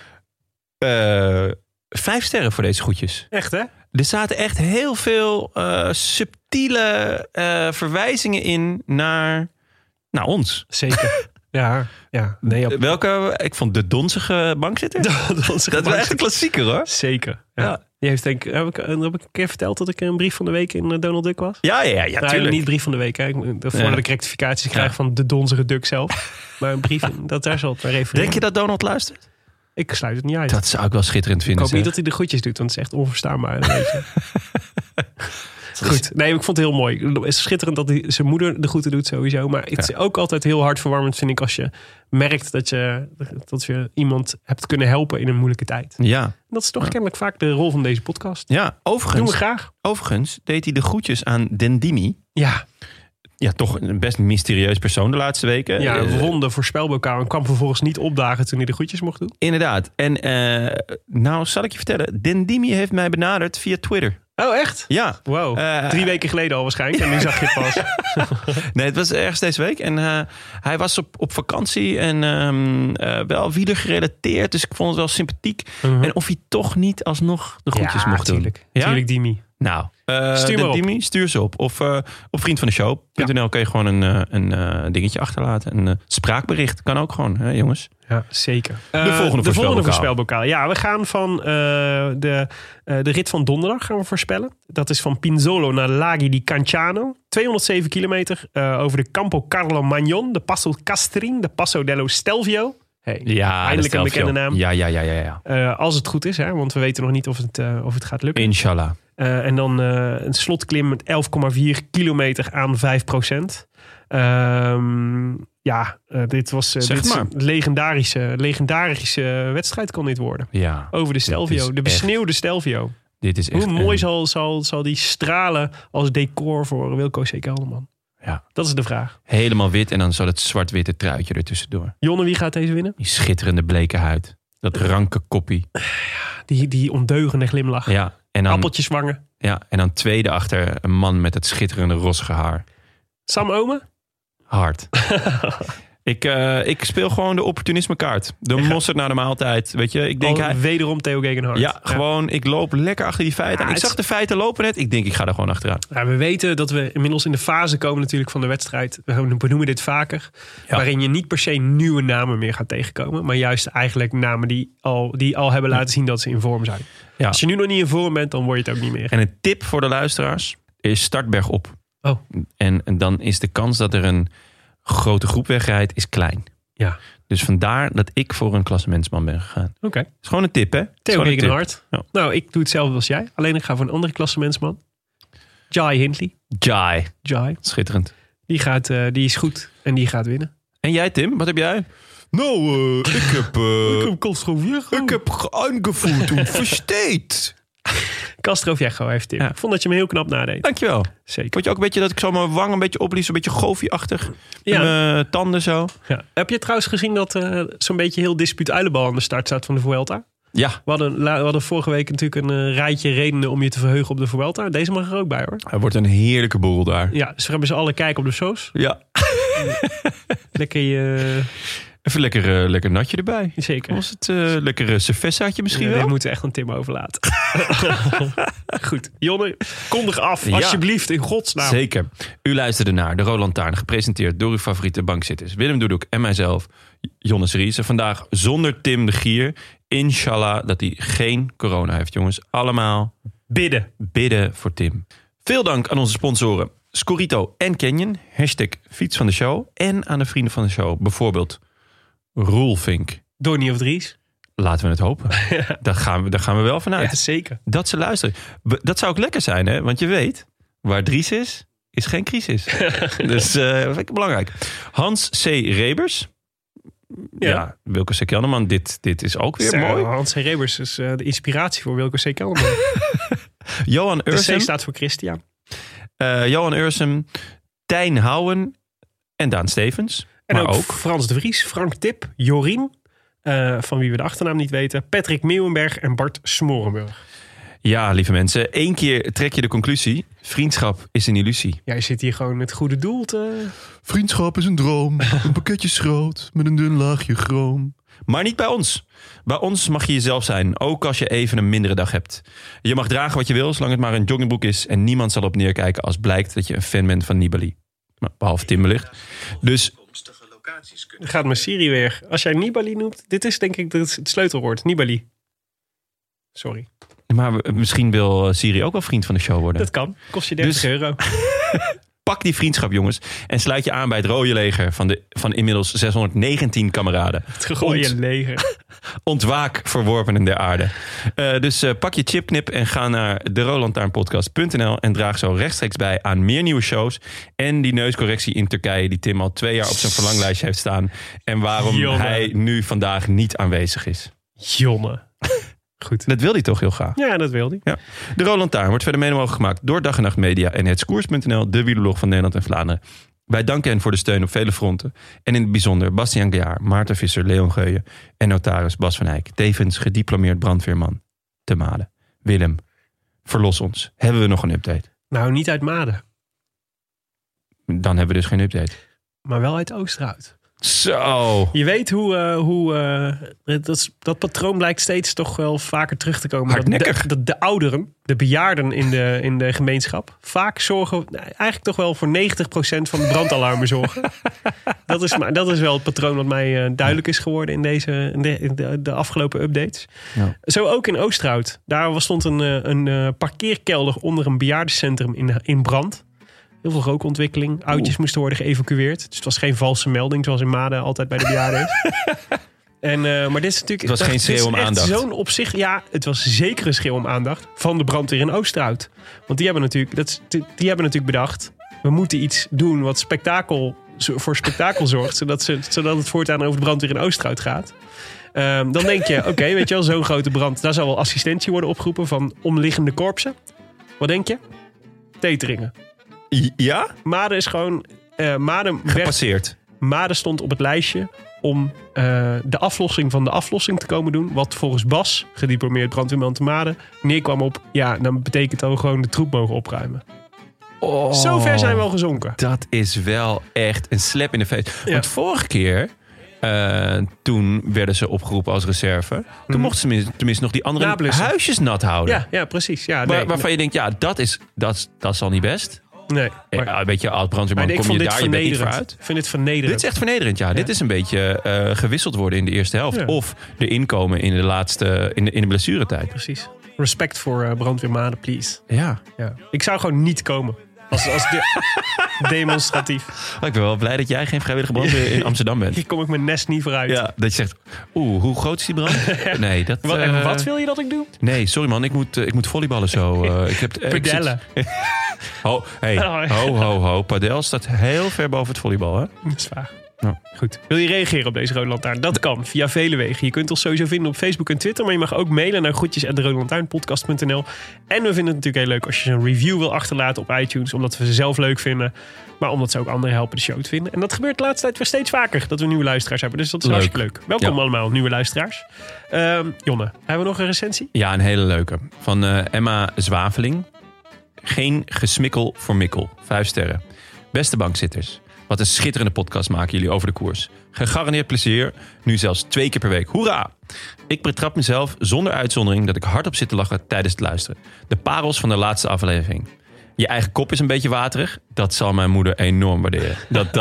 5 sterren voor deze groetjes. Echt, hè? Er zaten echt heel veel subtiele verwijzingen in naar ons. Zeker. Ja. Nee, welke? Ik vond de donzige bankzitter. Dat was echt een klassieker, hoor. Zeker. Ja. Die heeft denk ik, heb ik een keer verteld dat ik een brief van de week in Donald Duck was? Ja, tuurlijk. Niet brief van de week. Hè. Voordat ik rectificaties krijg van de donzige Duck zelf. Maar een brief, daar zal het naar refereren. Denk je dat Donald luistert? Ik sluit het niet uit. Dat zou ik wel schitterend vinden. Ik hoop niet dat hij de groetjes doet, want het is echt onverstaanbaar. Weet je. Goed, nee, ik vond het heel mooi. Het is schitterend dat hij zijn moeder de groeten doet sowieso. Maar het is ook altijd heel hartverwarmend, vind ik, als je merkt dat je iemand hebt kunnen helpen in een moeilijke tijd. Ja. En dat is toch kennelijk vaak de rol van deze podcast. Ja, overigens. Doen we graag. Overigens deed hij de groetjes aan Dendimi. Ja. Ja, toch een best mysterieus persoon de laatste weken. Ja, won de voorspelbokaal en kwam vervolgens niet opdagen toen hij de groetjes mocht doen. Inderdaad. En nou zal ik je vertellen, Dendimi heeft mij benaderd via Twitter. Oh, echt? Ja. Wow. 3 weken geleden al waarschijnlijk. En nu zag je het pas. Nee, het was ergens deze week. En hij was op vakantie. En wel wieler gerelateerd. Dus ik vond het wel sympathiek. En of hij toch niet alsnog de groetjes mocht doen. Ja, tuurlijk Dimi. Nou, Dimi, stuur ze op. Of op vriendvandeshow.nl kun je gewoon een dingetje achterlaten. Een spraakbericht kan ook gewoon, hè, jongens. Ja, zeker. De volgende voorspelbokaal. Ja, we gaan van de rit van donderdag gaan we voorspellen. Dat is van Pinzolo naar Laghi di Canciano. 207 kilometer over de Campo Carlo Magnon. De Passo Castrin, de Passo dello Stelvio. Hey, ja, eindelijk een bekende naam. Ja. Als het goed is, hè, want we weten nog niet of het gaat lukken. Inshallah. En dan een slotklim met 11,4 kilometer aan 5%. Dit was een legendarische wedstrijd kan dit worden. Ja, over de Stelvio, de besneeuwde Stelvio. Dit is echt hoe mooi zal die stralen als decor voor Wilco C. Kelderman? Ja. Dat is de vraag. Helemaal wit en dan zo dat zwart-witte truitje ertussendoor. Jonne, wie gaat deze winnen? Die schitterende bleke huid. Dat ranke koppie. Die ondeugende glimlach. Ja. En dan, appeltjeswangen. Ja, en dan tweede achter een man met het schitterende rossige haar. Sam Omen? Hard. Ik speel gewoon de opportunisme kaart. De mosterd naar de maaltijd. Weet je, ik denk wederom Theo Gegenhardt. Ja, gewoon, ik loop lekker achter die feiten. Ik zag de feiten lopen net. Ik denk, ik ga er gewoon achteraan. Ja, we weten dat we inmiddels in de fase komen natuurlijk van de wedstrijd. We benoemen dit vaker. Ja. Waarin je niet per se nieuwe namen meer gaat tegenkomen. Maar juist eigenlijk namen die al hebben laten zien dat ze in vorm zijn. Ja. Als je nu nog niet in vorm bent, dan word je het ook niet meer. En een tip voor de luisteraars is start bergop. Oh. En dan is de kans dat er een grote groep wegrijdt, is klein. Ja. Dus vandaar dat ik voor een klassementsman ben gegaan. Oké. Het is gewoon een tip, hè? Theo Regenhard. Ja. Nou, ik doe hetzelfde als jij. Alleen ik ga voor een andere klassementsman. Jai Hindley. Jai. Schitterend. Die is goed en die gaat winnen. En jij, Tim? Wat heb jij? Nou, ik heb... ik heb aangevoerd en versteed. Castro Viejo heeft Tim. Ja. Ik vond dat je me heel knap nadeed. Dankjewel. Zeker. Vond je ook een beetje dat ik zo mijn wang een beetje oplies, een beetje goofie-achtig? Ja. En mijn tanden zo? Ja. Heb je trouwens gezien dat zo'n beetje heel dispuut uilenbal aan de start staat van de Vuelta? Ja. We hadden vorige week natuurlijk een rijtje redenen om je te verheugen op de Vuelta. Deze mag er ook bij, hoor. Het wordt een heerlijke borrel daar. Ja, ze hebben ze alle kijken op de soos. Ja. Lekker je... Even lekker natje erbij. Zeker. Was het lekker cervezaatje misschien wel? We moeten echt aan Tim overlaten. Goed. Jonne, kondig af, Ja. alsjeblieft, in godsnaam. Zeker. U luisterde naar De Rode Lantaarn, gepresenteerd door uw favoriete bankzitters Willem Doedoek en mijzelf, Jonne Riese. Vandaag zonder Tim de Gier. Inshallah dat hij geen corona heeft, jongens. Allemaal bidden voor Tim. Veel dank aan onze sponsoren Scorito en Canyon. #fiets van de show. En aan de vrienden van de show. Bijvoorbeeld Roelvink. Donnie of Dries. Laten we het hopen. Daar gaan we wel vanuit. Ja, zeker. Dat ze luisteren. Dat zou ook lekker zijn, hè? Want je weet, waar Dries is geen crisis. Dus dat vind ik belangrijk. Hans C. Rebers. Ja, Wilco C. Kelderman. Dit is ook weer mooi. Hans C. Rebers is de inspiratie voor Wilco C. Kelderman. Johan De Ursem. C staat voor Christian. Johan Ursem. Tijn Houwen. En Daan Stevens. En maar ook Frans de Vries, Frank Tip, Jorien, van wie we de achternaam niet weten, Patrick Meeuwenberg en Bart Smorenburg. Ja, lieve mensen. 1 keer trek je de conclusie. Vriendschap is een illusie. Ja, je zit hier gewoon met goede doel te... Vriendschap is een droom. Een pakketje schroot met een dun laagje chroom. Maar niet bij ons. Bij ons mag je jezelf zijn, ook als je even een mindere dag hebt. Je mag dragen wat je wil, zolang het maar een joggingbroek is. En niemand zal op neerkijken als blijkt dat je een fan bent van Nibali. Behalve Tim wellicht. Dus... Gaat mijn Siri weer. Als jij Nibali noemt, dit is denk ik het sleutelwoord. Nibali. Sorry. Maar misschien wil Siri ook wel vriend van de show worden. Dat kan. Kost je €30. Pak die vriendschap, jongens. En sluit je aan bij het rode leger van inmiddels 619 kameraden. Het rode leger. Ontwaak, verworpenen der aarde. Dus pak je chipknip en ga naar deroodlantaarnpodcast.nl en draag zo rechtstreeks bij aan meer nieuwe shows. En die neuscorrectie in Turkije die Tim al 2 jaar op zijn verlanglijstje heeft staan. En waarom hij nu vandaag niet aanwezig is. Jonne. Goed. Dat wil hij toch heel graag? Ja, dat wil hij. Ja. De Rode Lantaarn wordt verder mede mogelijk gemaakt door Dag en Nacht Media en Hetskoers.nl, de wielerblog van Nederland en Vlaanderen. Wij danken hen voor de steun op vele fronten. En in het bijzonder Bastiaan Gejaar, Maarten Visser, Leon Geuyen en notaris Bas van Eyck. Tevens gediplomeerd brandweerman te Maden. Willem, verlos ons. Hebben we nog een update? Nou, niet uit Maden. Dan hebben we dus geen update. Maar wel uit Oosterhout. Zo. Je weet dat patroon blijkt steeds toch wel vaker terug te komen. Hardnekkig. Dat de ouderen, de bejaarden in de gemeenschap, vaak zorgen, eigenlijk toch wel voor 90% van de brandalarmen zorgen. Dat is wel het patroon wat mij duidelijk is geworden in de afgelopen updates. Ja. Zo ook in Oosterhout. Daar stond een parkeerkelder onder een bejaardencentrum in brand. Heel veel rookontwikkeling. Oudjes moesten worden geëvacueerd. Dus het was geen valse melding, zoals in Maden altijd bij de bejaarden is. Maar dit is natuurlijk... Het was geen schreeuw om aandacht. Zo'n opzicht, ja, het was zeker een schreeuw om aandacht van de brandweer in Oosterhout. Want die hebben natuurlijk bedacht, we moeten iets doen wat voor spektakel zorgt, zodat het voortaan over de brandweer in Oosterhout gaat. Dan denk je, oké, weet je wel, zo'n grote brand, daar zal wel assistentie worden opgeroepen van omliggende korpsen. Wat denk je? Teteringen. Ja? Maden is gewoon... Gepasseerd. Maden stond op het lijstje om de aflossing van de aflossing te komen doen. Wat volgens Bas, gediplomeerd brandweerman te Maden, neerkwam op... Ja, dan betekent dat we gewoon de troep mogen opruimen. Oh, zo ver zijn we al gezonken. Dat is wel echt een slap in de face. Ja. Want vorige keer... toen werden ze opgeroepen als reserve. Toen mochten ze tenminste nog die andere huisjes nat houden. Ja, precies. Ja, waarvan je denkt, ja, dat zal niet best. Nee. Maar... Een beetje als brandweerman kom je daar je bed niet voor uit. Ik vind dit vernederend. Dit is echt vernederend, ja. Dit is een beetje gewisseld worden in de eerste helft. Ja. Of erin komen in de laatste, in de blessuretijd. Precies. Respect voor brandweermaden, please. Ja. Ik zou gewoon niet komen Demonstratief. Ik ben wel blij dat jij geen vrijwillige brandweer in Amsterdam bent. Hier kom ik mijn nest niet vooruit. Ja, dat je zegt, hoe groot is die brand? Nee, dat... Wat wil je dat ik doe? Nee, sorry man, ik moet volleyballen zo. Padellen. Ho. Padel staat heel ver boven het volleybal, hè? Dat is waar. Nou, goed. Wil je reageren op deze Rode Lantaarn? Dat kan via vele wegen. Je kunt ons sowieso vinden op Facebook en Twitter. Maar je mag ook mailen naar groetjes@derodelantaarnpodcast.nl. En we vinden het natuurlijk heel leuk als je een review wil achterlaten op iTunes. Omdat we ze zelf leuk vinden. Maar omdat ze ook anderen helpen de show te vinden. En dat gebeurt de laatste tijd weer steeds vaker. Dat we nieuwe luisteraars hebben. Dus dat is hartstikke leuk. Welkom allemaal, nieuwe luisteraars. Jonne, hebben we nog een recensie? Ja, een hele leuke. Van Emma Zwaveling. Geen gesmikkel voor Mikkel. 5 sterren. Beste bankzitters. Wat een schitterende podcast maken jullie over de koers. Gegarandeerd plezier. Nu zelfs 2 keer per week. Hoera! Ik betrap mezelf zonder uitzondering dat ik hardop zit te lachen tijdens het luisteren. De parels van de laatste aflevering. Je eigen kop is een beetje waterig. Dat zal mijn moeder enorm waarderen.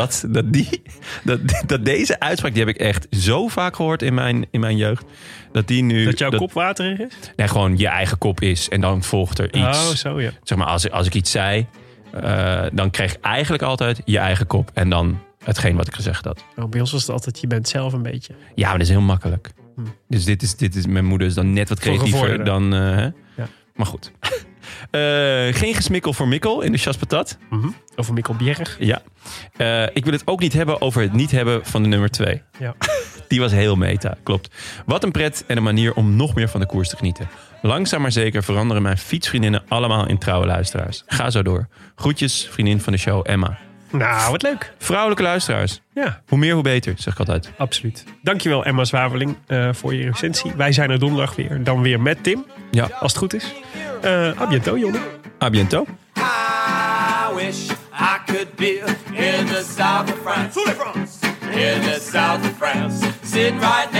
Dat deze uitspraak, die heb ik echt zo vaak gehoord in mijn jeugd. Dat die nu... Dat jouw kop waterig is? Nee, gewoon je eigen kop is en dan volgt er iets. Oh, zo ja. Zeg maar, als ik iets zei, dan kreeg ik eigenlijk altijd je eigen kop. En dan hetgeen wat ik gezegd had. Oh, bij ons was het altijd, je bent zelf een beetje. Ja, maar dat is heel makkelijk. Dus dit is mijn moeder is dan net wat creatiever dan... Ja. Maar goed. Geen gesmikkel voor Mikkel in de Chas Patat. Over Mikkel Bjerg. Ja. Ik wil het ook niet hebben over het niet hebben van de nummer 2. Ja. Die was heel meta, klopt. Wat een pret en een manier om nog meer van de koers te genieten. Langzaam maar zeker veranderen mijn fietsvriendinnen allemaal in trouwe luisteraars. Ga zo door. Groetjes, vriendin van de show, Emma. Nou, wat leuk. Vrouwelijke luisteraars. Ja. Hoe meer, hoe beter, zeg ik altijd. Absoluut. Dankjewel Emma Zwaveling voor je recensie. Wij zijn er donderdag weer. Dan weer met Tim. Ja. Als het goed is. A bientôt, Jonne. A bientôt. I wish I could be in the south of France. In the south of France. Sitting right